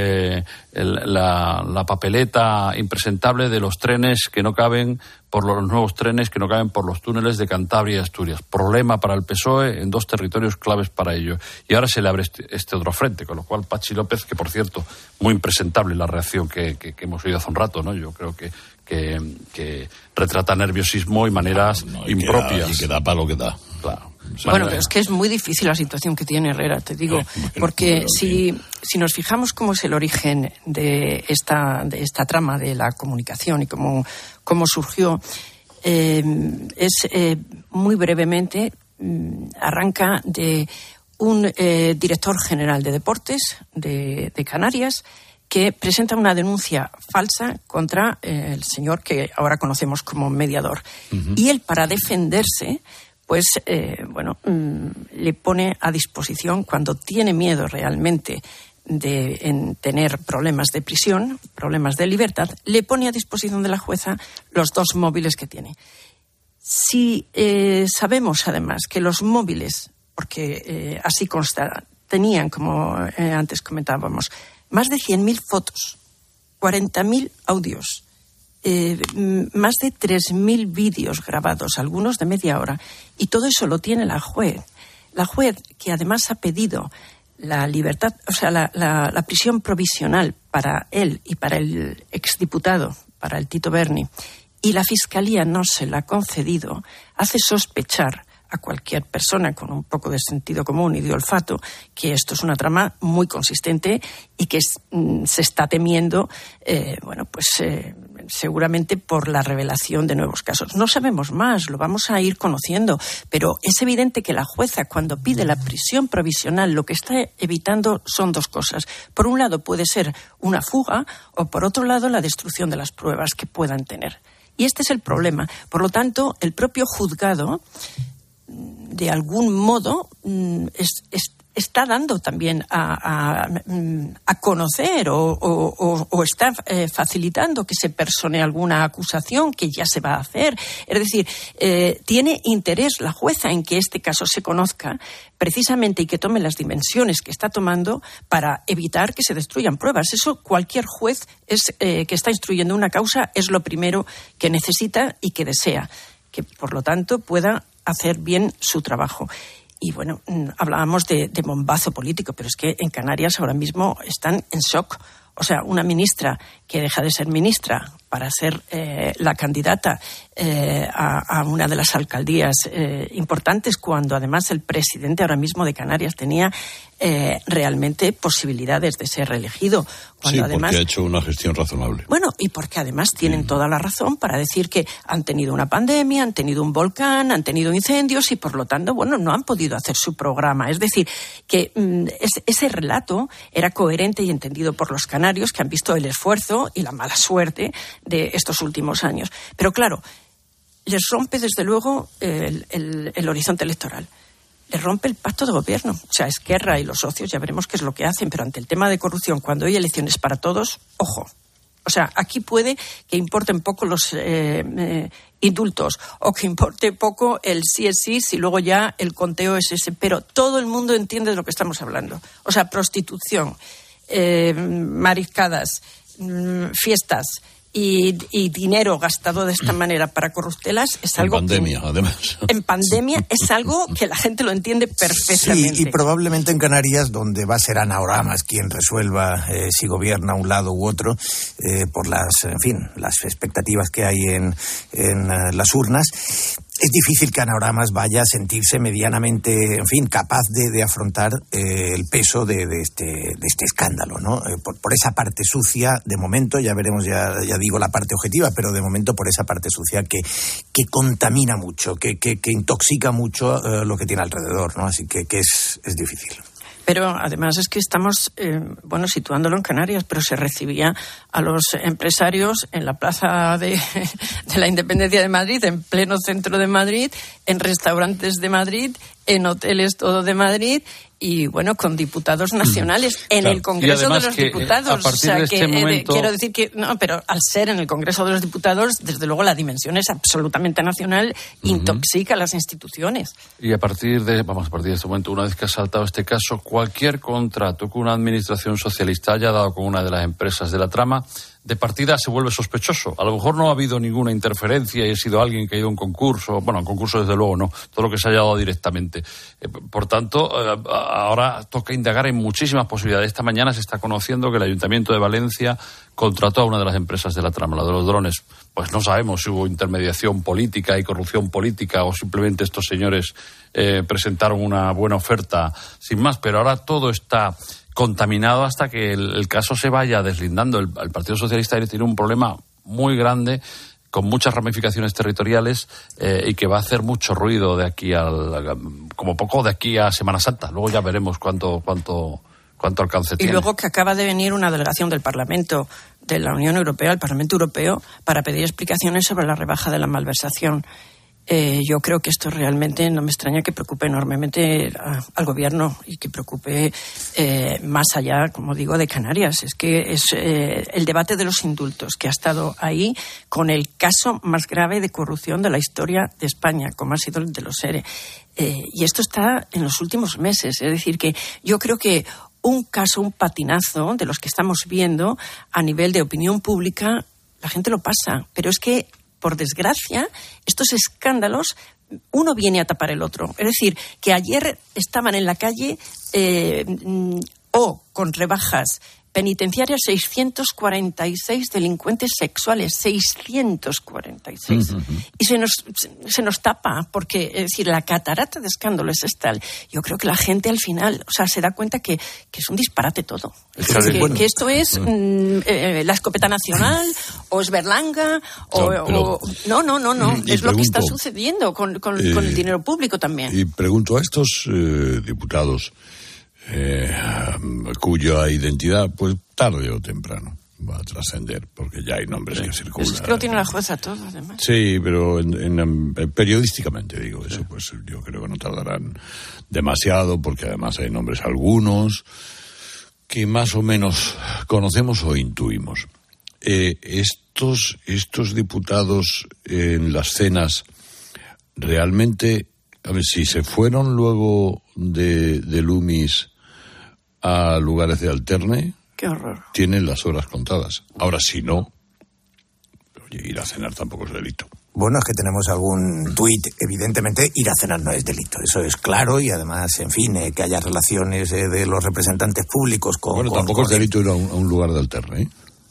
la papeleta impresentable de los trenes que no caben, los nuevos trenes que no caben por los túneles de Cantabria y Asturias. Problema para el PSOE en 2 territorios claves para ello. Y ahora se le abre este otro frente, con lo cual Patxi López, que por cierto, muy impresentable la reacción que hemos oído hace un rato, ¿no? Yo creo que retrata nerviosismo y maneras impropias. Y que da para lo que da. Claro. Bueno, pero es que es muy difícil la situación que tiene Herrera, te digo, porque si nos fijamos cómo es el origen de esta trama de la comunicación y cómo surgió, muy brevemente, arranca de un director general de deportes de Canarias que presenta una denuncia falsa contra el señor que ahora conocemos como mediador. Uh-huh. Y él, para defenderse, pues, le pone a disposición, cuando tiene miedo realmente de tener problemas de prisión, problemas de libertad, le pone a disposición de la jueza los 2 móviles que tiene. Si sabemos, además, que los móviles, porque así consta, tenían, como antes comentábamos, más de 100.000 fotos, 40.000 audios, más de 3.000 vídeos grabados, algunos de media hora, y todo eso lo tiene la juez. La juez, que además ha pedido la libertad, o sea, la prisión provisional para él y para el exdiputado, para el Tito Berni, y la Fiscalía no se la ha concedido, hace sospechar a cualquier persona con un poco de sentido común y de olfato que esto es una trama muy consistente y que se está temiendo, seguramente por la revelación de nuevos casos. No sabemos más, lo vamos a ir conociendo, pero es evidente que la jueza, cuando pide la prisión provisional, lo que está evitando son 2 cosas. Por un lado puede ser una fuga, o por otro lado la destrucción de las pruebas que puedan tener. Y este es el problema. Por lo tanto, el propio juzgado, de algún modo, está dando también a conocer o está facilitando que se persone alguna acusación que ya se va a hacer. Es decir, tiene interés la jueza en que este caso se conozca precisamente y que tome las dimensiones que está tomando para evitar que se destruyan pruebas. Eso cualquier juez que está instruyendo una causa es lo primero que necesita y que desea, que por lo tanto pueda hacer bien su trabajo. Y bueno, hablábamos de bombazo político, pero es que en Canarias ahora mismo están en shock. O sea, una ministra que deja de ser ministra para ser la candidata a una de las alcaldías importantes, cuando además el presidente ahora mismo de Canarias tenía realmente posibilidades de ser reelegido. Cuando además, porque ha hecho una gestión razonable. Bueno, y porque además tienen toda la razón para decir que han tenido una pandemia, han tenido un volcán, han tenido incendios y por lo tanto, bueno, no han podido hacer su programa. Es decir, que ese relato era coherente y entendido por los canarios, que han visto el esfuerzo y la mala suerte de estos últimos años. Pero claro, les rompe desde luego el horizonte electoral. Les rompe el pacto de gobierno. O sea, Esquerra y los socios ya veremos qué es lo que hacen, pero ante el tema de corrupción, cuando hay elecciones para todos, ojo. O sea, aquí puede que importen poco los indultos o que importe poco el sí es sí, si luego ya el conteo es ese. Pero todo el mundo entiende de lo que estamos hablando. O sea, prostitución, mariscadas, fiestas y dinero gastado de esta manera para corruptelas es algo en pandemia, además. En pandemia es algo que la gente lo entiende perfectamente. Sí, y probablemente en Canarias, donde va a ser Ana Oramas quien resuelva si gobierna un lado u otro, por las expectativas que hay en las urnas. Es difícil que Ana Oramas vaya a sentirse medianamente, capaz de afrontar el peso de este escándalo, ¿no? Por esa parte sucia, de momento, ya veremos, ya digo la parte objetiva, pero de momento por esa parte sucia que contamina mucho, que intoxica mucho lo que tiene alrededor, ¿no? Así que es difícil. Pero además es que estamos, situándolo en Canarias, pero se recibía a los empresarios en la Plaza de la Independencia de Madrid, en pleno centro de Madrid, en restaurantes de Madrid, en hoteles todo de Madrid y, con diputados nacionales en el Congreso de los Diputados. A partir de este momento... quiero decir que, pero al ser en el Congreso de los Diputados, desde luego la dimensión es absolutamente nacional, intoxica a las instituciones. Y a partir de este momento, una vez que ha saltado este caso, cualquier contrato que una administración socialista haya dado con una de las empresas de la trama, de partida se vuelve sospechoso. A lo mejor no ha habido ninguna interferencia y ha sido alguien que ha ido a un concurso. Bueno, un concurso desde luego no, todo lo que se haya dado directamente. Por tanto, ahora toca indagar en muchísimas posibilidades. Esta mañana se está conociendo que el Ayuntamiento de Valencia contrató a una de las empresas de la trama, la de los drones. Pues no sabemos si hubo intermediación política y corrupción política o simplemente estos señores presentaron una buena oferta sin más, pero ahora todo está contaminado hasta que el caso se vaya deslindando. El Partido Socialista tiene un problema muy grande, con muchas ramificaciones territoriales y que va a hacer mucho ruido de aquí como poco de aquí a Semana Santa. Luego ya veremos cuánto alcance tiene. Y luego que acaba de venir una delegación del Parlamento de la Unión Europea, el Parlamento Europeo, para pedir explicaciones sobre la rebaja de la malversación. Yo creo que esto realmente no me extraña que preocupe enormemente al gobierno y que preocupe más allá, como digo, de Canarias. Es que es el debate de los indultos que ha estado ahí con el caso más grave de corrupción de la historia de España, como ha sido el de los ERE. Y esto está en los últimos meses. Es decir, que yo creo que un patinazo de los que estamos viendo a nivel de opinión pública, la gente lo pasa. Pero es que, por desgracia, estos escándalos, uno viene a tapar el otro. Es decir, que ayer estaban en la calle con rebajas penitenciarias 646 delincuentes sexuales, 646. Y se nos tapa, porque, es decir, la catarata de escándalos es tal. Yo creo que la gente al final, se da cuenta que es un disparate todo. Que esto es la escopeta nacional, o es Berlanga, No. Es lo que está sucediendo con el dinero público también. Y pregunto a estos diputados, cuya identidad, pues tarde o temprano, va a trascender, porque ya hay nombres que circulan. Es que lo tiene la jueza todo, además. Sí, pero periodísticamente digo eso, pues yo creo que no tardarán demasiado, porque además hay nombres algunos que más o menos conocemos o intuimos. Estos diputados en las cenas realmente, a ver, si se fueron luego de Lumis a lugares de alterne, qué horror, tienen las horas contadas. Ahora, si no, ir a cenar tampoco es delito. Bueno, es que tenemos algún tuit. Evidentemente, ir a cenar no es delito, eso es claro, y además, que haya relaciones de los representantes públicos con... Bueno, tampoco es delito ir a un lugar de alterne, ¿eh?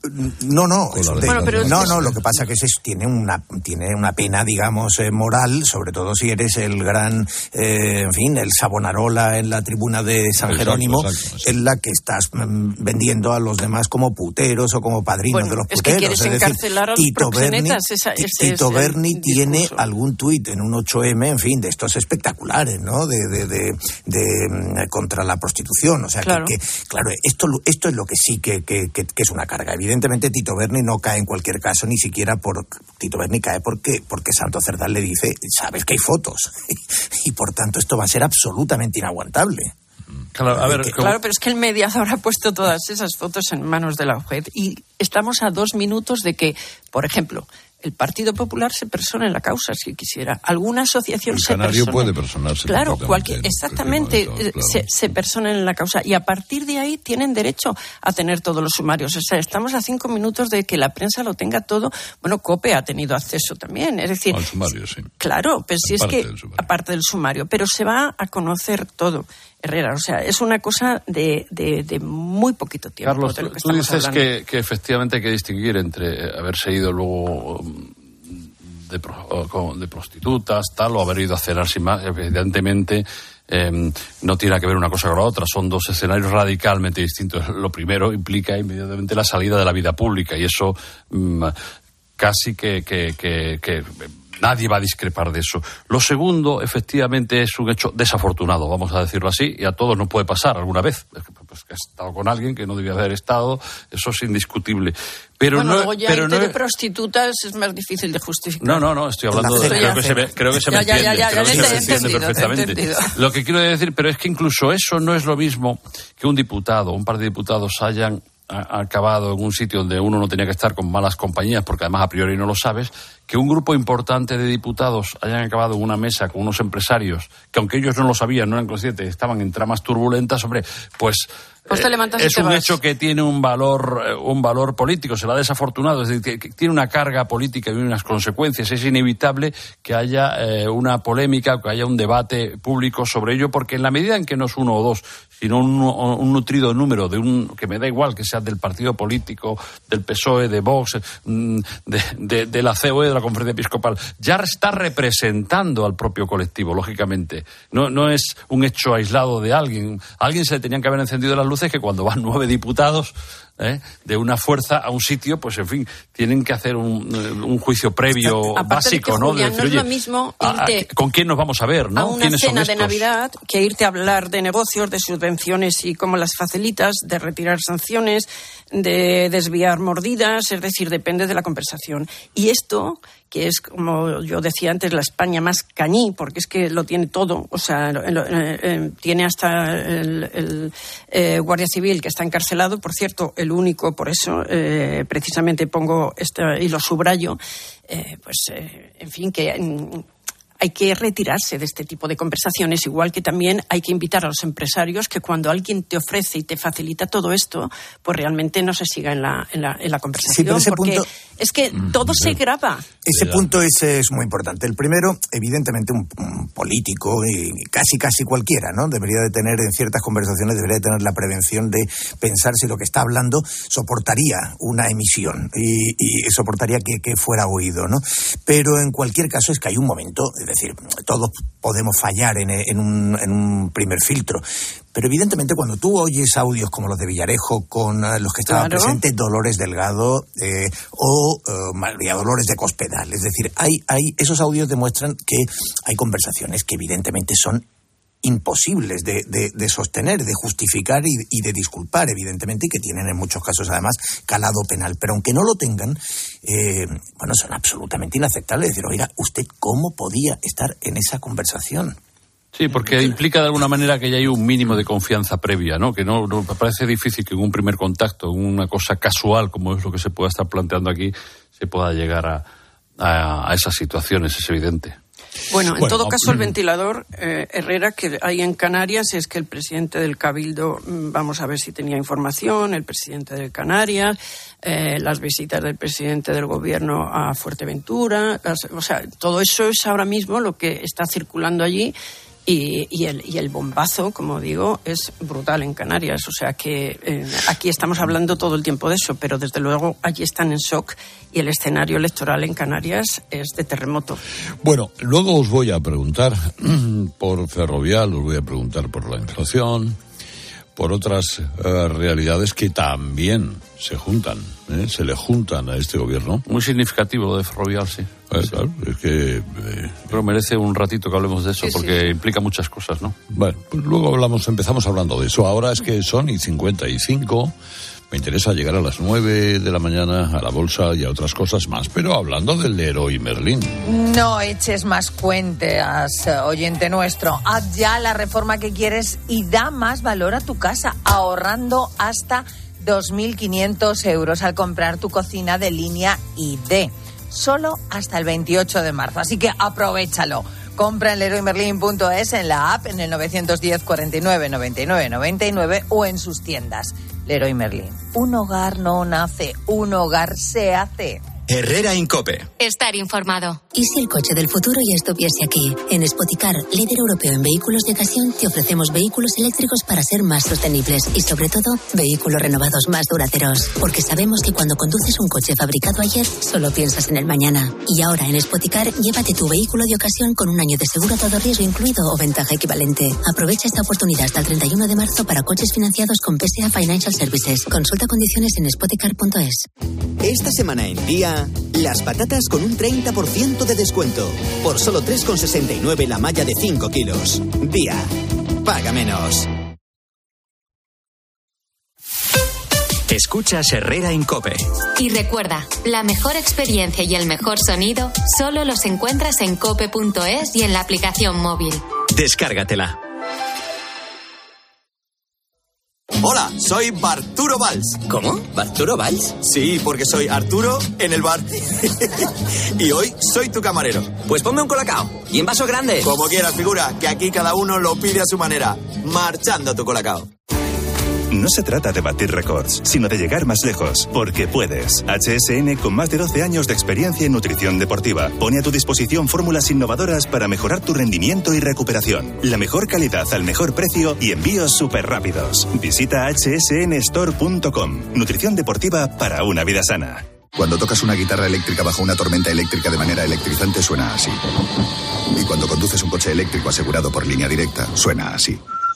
No, Bueno, pero lo que pasa que tiene una pena, digamos, moral, sobre todo si eres el gran, el Savonarola en la tribuna de San Jerónimo, en la que estás vendiendo a los demás como puteros o como padrinos de los puteros. Es que quieres encarcelar a los proxenetas. Tito Berni tiene algún tuit en un 8M, en fin, de estos espectaculares, ¿no? De contra la prostitución. O sea, claro, esto es lo que sí que es una carga. Evidentemente Tito Berni no cae en cualquier caso, ni siquiera Tito Berni cae porque Santo Cerdán le dice, sabes que hay fotos, y por tanto esto va a ser absolutamente inaguantable. Claro, pero es que el mediador ha puesto todas esas fotos en manos de la juez y estamos a 2 minutos de que, por ejemplo, el Partido Popular se persona en la causa si quisiera. Alguna asociación se persona. El Canario puede personarse. Claro, exactamente, se personan en la causa. Y a partir de ahí tienen derecho a tener todos los sumarios. O sea, estamos a 5 minutos de que la prensa lo tenga todo. Bueno, COPE ha tenido acceso también. Es decir, al sumario, sí. Claro, pero si es que, aparte del sumario, pero se va a conocer todo. Herrera, o sea, es una cosa de muy poquito tiempo. Carlos, de lo que tú dices hablando. que efectivamente hay que distinguir entre haberse ido luego de prostitutas, tal, o haber ido a cenar sin más. Evidentemente no tiene que ver una cosa con la otra, son 2 escenarios radicalmente distintos. Lo primero implica inmediatamente la salida de la vida pública y eso casi que nadie va a discrepar de eso. Lo segundo, efectivamente, es un hecho desafortunado, vamos a decirlo así, y a todos nos puede pasar alguna vez. Pues que has estado con alguien que no debía haber estado, eso es indiscutible. Pero luego ya de prostitutas es más difícil de justificar. No, estoy hablando de... Creo que se me entiende perfectamente. Lo que quiero decir, pero es que incluso eso no es lo mismo que un par de diputados hayan acabado en un sitio donde uno no tenía que estar con malas compañías, porque además a priori no lo sabes, que un grupo importante de diputados hayan acabado en una mesa con unos empresarios que, aunque ellos no lo sabían, no eran conscientes, estaban en tramas turbulentas, pues te levantas es y te un vas. hecho que tiene un valor político, será desafortunado, es decir, que tiene una carga política y unas consecuencias. Es inevitable que haya una polémica o que haya un debate público sobre ello, porque en la medida en que no es 1 o 2, sino un nutrido número que me da igual que sea del partido político, del PSOE, de Vox, de la COE, de la Conferencia Episcopal, ya está representando al propio colectivo, lógicamente. No es un hecho aislado de alguien. A alguien se le tenían que haber encendido las luces que cuando van 9 diputados de una fuerza a un sitio, pues en fin, tienen que hacer un juicio previo básico, ¿no? Julia, no es lo mismo irte ¿con quién nos vamos a ver, no? A una cena de Navidad que irte a hablar de negocios, de subvenciones y cómo las facilitas, de retirar sanciones, de desviar mordidas, es decir, depende de la conversación. Y esto, que es, como yo decía antes, la España más cañí, porque es que lo tiene todo, o sea, tiene hasta el Guardia Civil que está encarcelado, por cierto, el único, por eso precisamente pongo y lo subrayo, en fin, que hay que retirarse de este tipo de conversaciones, igual que también hay que invitar a los empresarios que cuando alguien te ofrece y te facilita todo esto, pues realmente no se siga en la conversación, sí, pero ese porque punto, es que todo se graba. Ese punto es muy importante. El primero, evidentemente, un político, y casi cualquiera, ¿no? Debería de tener, en ciertas conversaciones, debería de tener la prevención de pensar si lo que está hablando soportaría una emisión y soportaría que fuera oído, ¿no? Pero en cualquier caso es que hay un momento, es decir, todos podemos fallar en un primer filtro. Pero evidentemente cuando tú oyes audios como los de Villarejo con los que estaban presentes Dolores Delgado o María Dolores de Cospedal, es decir, esos audios demuestran que hay conversaciones que evidentemente son imposibles de sostener, de justificar y de disculpar, evidentemente, y que tienen en muchos casos además calado penal. Pero aunque no lo tengan, son absolutamente inaceptables. Es decir, oiga, ¿usted cómo podía estar en esa conversación? Sí, porque implica de alguna manera que ya hay un mínimo de confianza previa, ¿no? Que no me parece difícil que en un primer contacto, en una cosa casual como es lo que se pueda estar planteando aquí, se pueda llegar a esas situaciones, es evidente. Bueno, en todo caso, el ventilador, Herrera, que hay en Canarias, es que el presidente del Cabildo, vamos a ver si tenía información, el presidente de Canarias, las visitas del presidente del Gobierno a Fuerteventura, todo eso es ahora mismo lo que está circulando allí. Y el bombazo, como digo, es brutal en Canarias. O sea que aquí estamos hablando todo el tiempo de eso, pero desde luego allí están en shock y el escenario electoral en Canarias es de terremoto. Bueno, luego os voy a preguntar por Ferrovial, os voy a preguntar por la inflación, por otras realidades que también se juntan, se le juntan a este gobierno. Muy significativo lo de Ferrovial, sí. Claro, es que... Pero merece un ratito que hablemos de eso, Sí, porque sí. implica muchas cosas, ¿no? Bueno, pues luego empezamos hablando de eso. Ahora es que son y 55. Me interesa llegar a las 9 de la mañana a la bolsa y a otras cosas más, pero hablando del Leroy Merlin. No eches más cuentas, oyente nuestro. Haz ya la reforma que quieres y da más valor a tu casa, ahorrando hasta 2.500 euros al comprar tu cocina de línea ID. Solo hasta el 28 de marzo, así que aprovéchalo. Compra en leroymerlin.es, en la app, en el 910 49 99 99 o en sus tiendas. Leroy Merlin. Un hogar no nace, un hogar se hace. Herrera Incope. Estar informado. ¿Y si el coche del futuro ya estuviese aquí? En Spoticar, líder europeo en vehículos de ocasión, te ofrecemos vehículos eléctricos para ser más sostenibles y, sobre todo, vehículos renovados más duraderos. Porque sabemos que cuando conduces un coche fabricado ayer, solo piensas en el mañana. Y ahora, en Spoticar, llévate tu vehículo de ocasión con un año de seguro a todo riesgo incluido o ventaja equivalente. Aprovecha esta oportunidad hasta el 31 de marzo para coches financiados con PSA Financial Services. Consulta condiciones en spoticar.es. Esta semana en Día, las patatas con un 30% de descuento. Por solo 3,69 la malla de 5 kilos. Día. Paga menos. Escuchas Herrera Incope. Y recuerda, la mejor experiencia y el mejor sonido solo los encuentras en cope.es y en la aplicación móvil. Descárgatela. Hola, soy Barturo Valls. ¿Cómo? ¿Barturo Valls? Sí, porque soy Arturo en el bar. Y hoy soy tu camarero. Pues ponme un colacao. Y en vaso grande. Como quieras, figura, que aquí cada uno lo pide a su manera. Marchando tu colacao. No se trata de batir récords, sino de llegar más lejos, porque puedes. HSN, con más de 12 años de experiencia en nutrición deportiva, pone a tu disposición fórmulas innovadoras para mejorar tu rendimiento y recuperación. La mejor calidad al mejor precio y envíos súper rápidos. Visita hsnstore.com. Nutrición deportiva para una vida sana. Cuando tocas una guitarra eléctrica bajo una tormenta eléctrica de manera electrizante, suena así. Y cuando conduces un coche eléctrico asegurado por Línea Directa, suena así.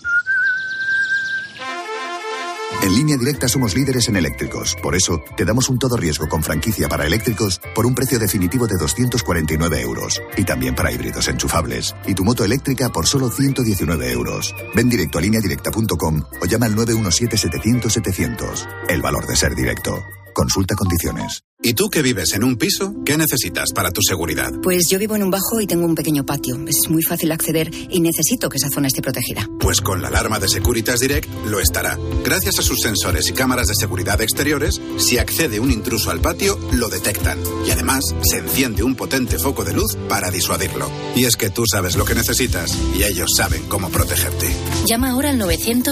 En Línea Directa somos líderes en eléctricos. Por eso, te damos un todo riesgo con franquicia para eléctricos por un precio definitivo de 249 euros. Y también para híbridos enchufables. Y tu moto eléctrica por solo 119 euros. Ven directo a lineadirecta.com o llama al 917-700-700. El valor de ser directo. Consulta condiciones. ¿Y tú que vives en un piso? ¿Qué necesitas para tu seguridad? Pues yo vivo en un bajo y tengo un pequeño patio. Es muy fácil acceder y necesito que esa zona esté protegida. Pues con la alarma de Securitas Direct lo estará. Gracias a sus sensores y cámaras de seguridad exteriores, si accede un intruso al patio, lo detectan. Y además, se enciende un potente foco de luz para disuadirlo. Y es que tú sabes lo que necesitas y ellos saben cómo protegerte. Llama ahora al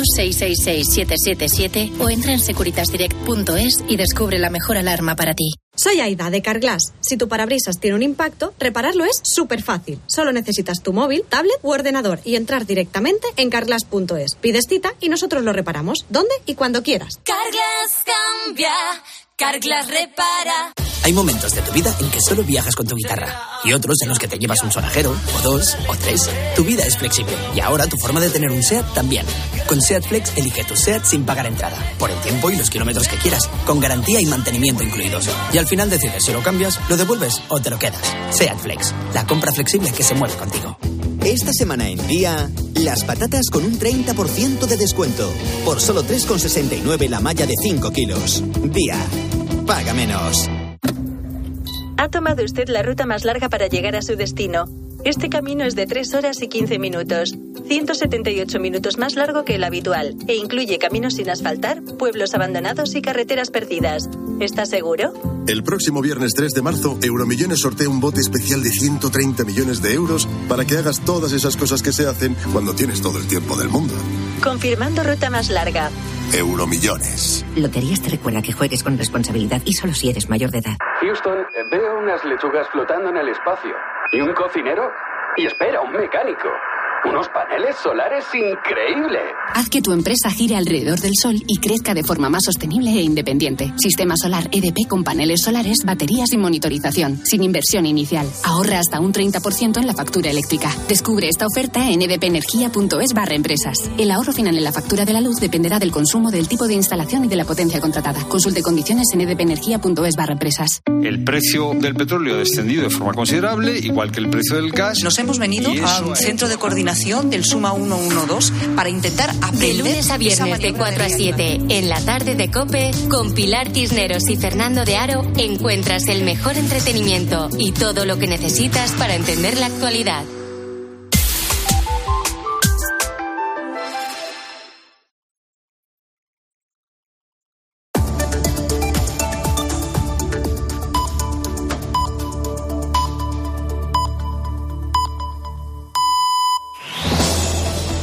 900-666-777 o entra en securitasdirect.es y descubre la mejor alarma para ti. Soy Aida, de Carglass. Si tu parabrisas tiene un impacto, repararlo es súper fácil. Solo necesitas tu móvil, tablet u ordenador y entrar directamente en carglass.es. Pides cita y nosotros lo reparamos, donde y cuando quieras. Carglass cambia, Carglass repara. Hay momentos de tu vida en que solo viajas con tu guitarra y otros en los que te llevas un sonajero, o dos, o tres. Tu vida es flexible y ahora tu forma de tener un SEAT también. Con SEAT Flex elige tu SEAT sin pagar entrada, por el tiempo y los kilómetros que quieras, con garantía y mantenimiento incluidos. Y al final decides si lo cambias, lo devuelves o te lo quedas. SEAT Flex, la compra flexible que se mueve contigo. Esta semana en Día, las patatas con un 30% de descuento. Por solo 3,69 la malla de 5 kilos. Día. Paga menos. Ha tomado usted la ruta más larga para llegar a su destino. Este camino es de 3 horas y 15 minutos, 178 minutos más largo que el habitual, e incluye caminos sin asfaltar, pueblos abandonados y carreteras perdidas. ¿Está seguro? El próximo viernes 3 de marzo, Euromillones sortea un bote especial de 130 millones de euros para que hagas todas esas cosas que se hacen cuando tienes todo el tiempo del mundo. Confirmando ruta más larga. Euromillones. Loterías te recuerda que juegues con responsabilidad y solo si eres mayor de edad. Houston, veo unas lechugas flotando en el espacio. ¿Y un cocinero? Y espera, un mecánico. Unos paneles solares increíbles. Haz que tu empresa gire alrededor del sol y crezca de forma más sostenible e independiente. Sistema solar EDP con paneles solares, baterías y monitorización, sin inversión inicial. Ahorra hasta un 30% en la factura eléctrica. Descubre esta oferta en edpenergia.es/empresas. El ahorro final en la factura de la luz dependerá del consumo, del tipo de instalación y de la potencia contratada. Consulte condiciones en edpenergia.es/empresas. El precio del petróleo ha descendido de forma considerable, igual que el precio del gas. Nos hemos venido a un centro de coordinación del Suma 112 para intentar aprender. De lunes a viernes de 4 a 7 en la tarde de COPE, con Pilar Cisneros y Fernando de Aro, encuentras el mejor entretenimiento y todo lo que necesitas para entender la actualidad.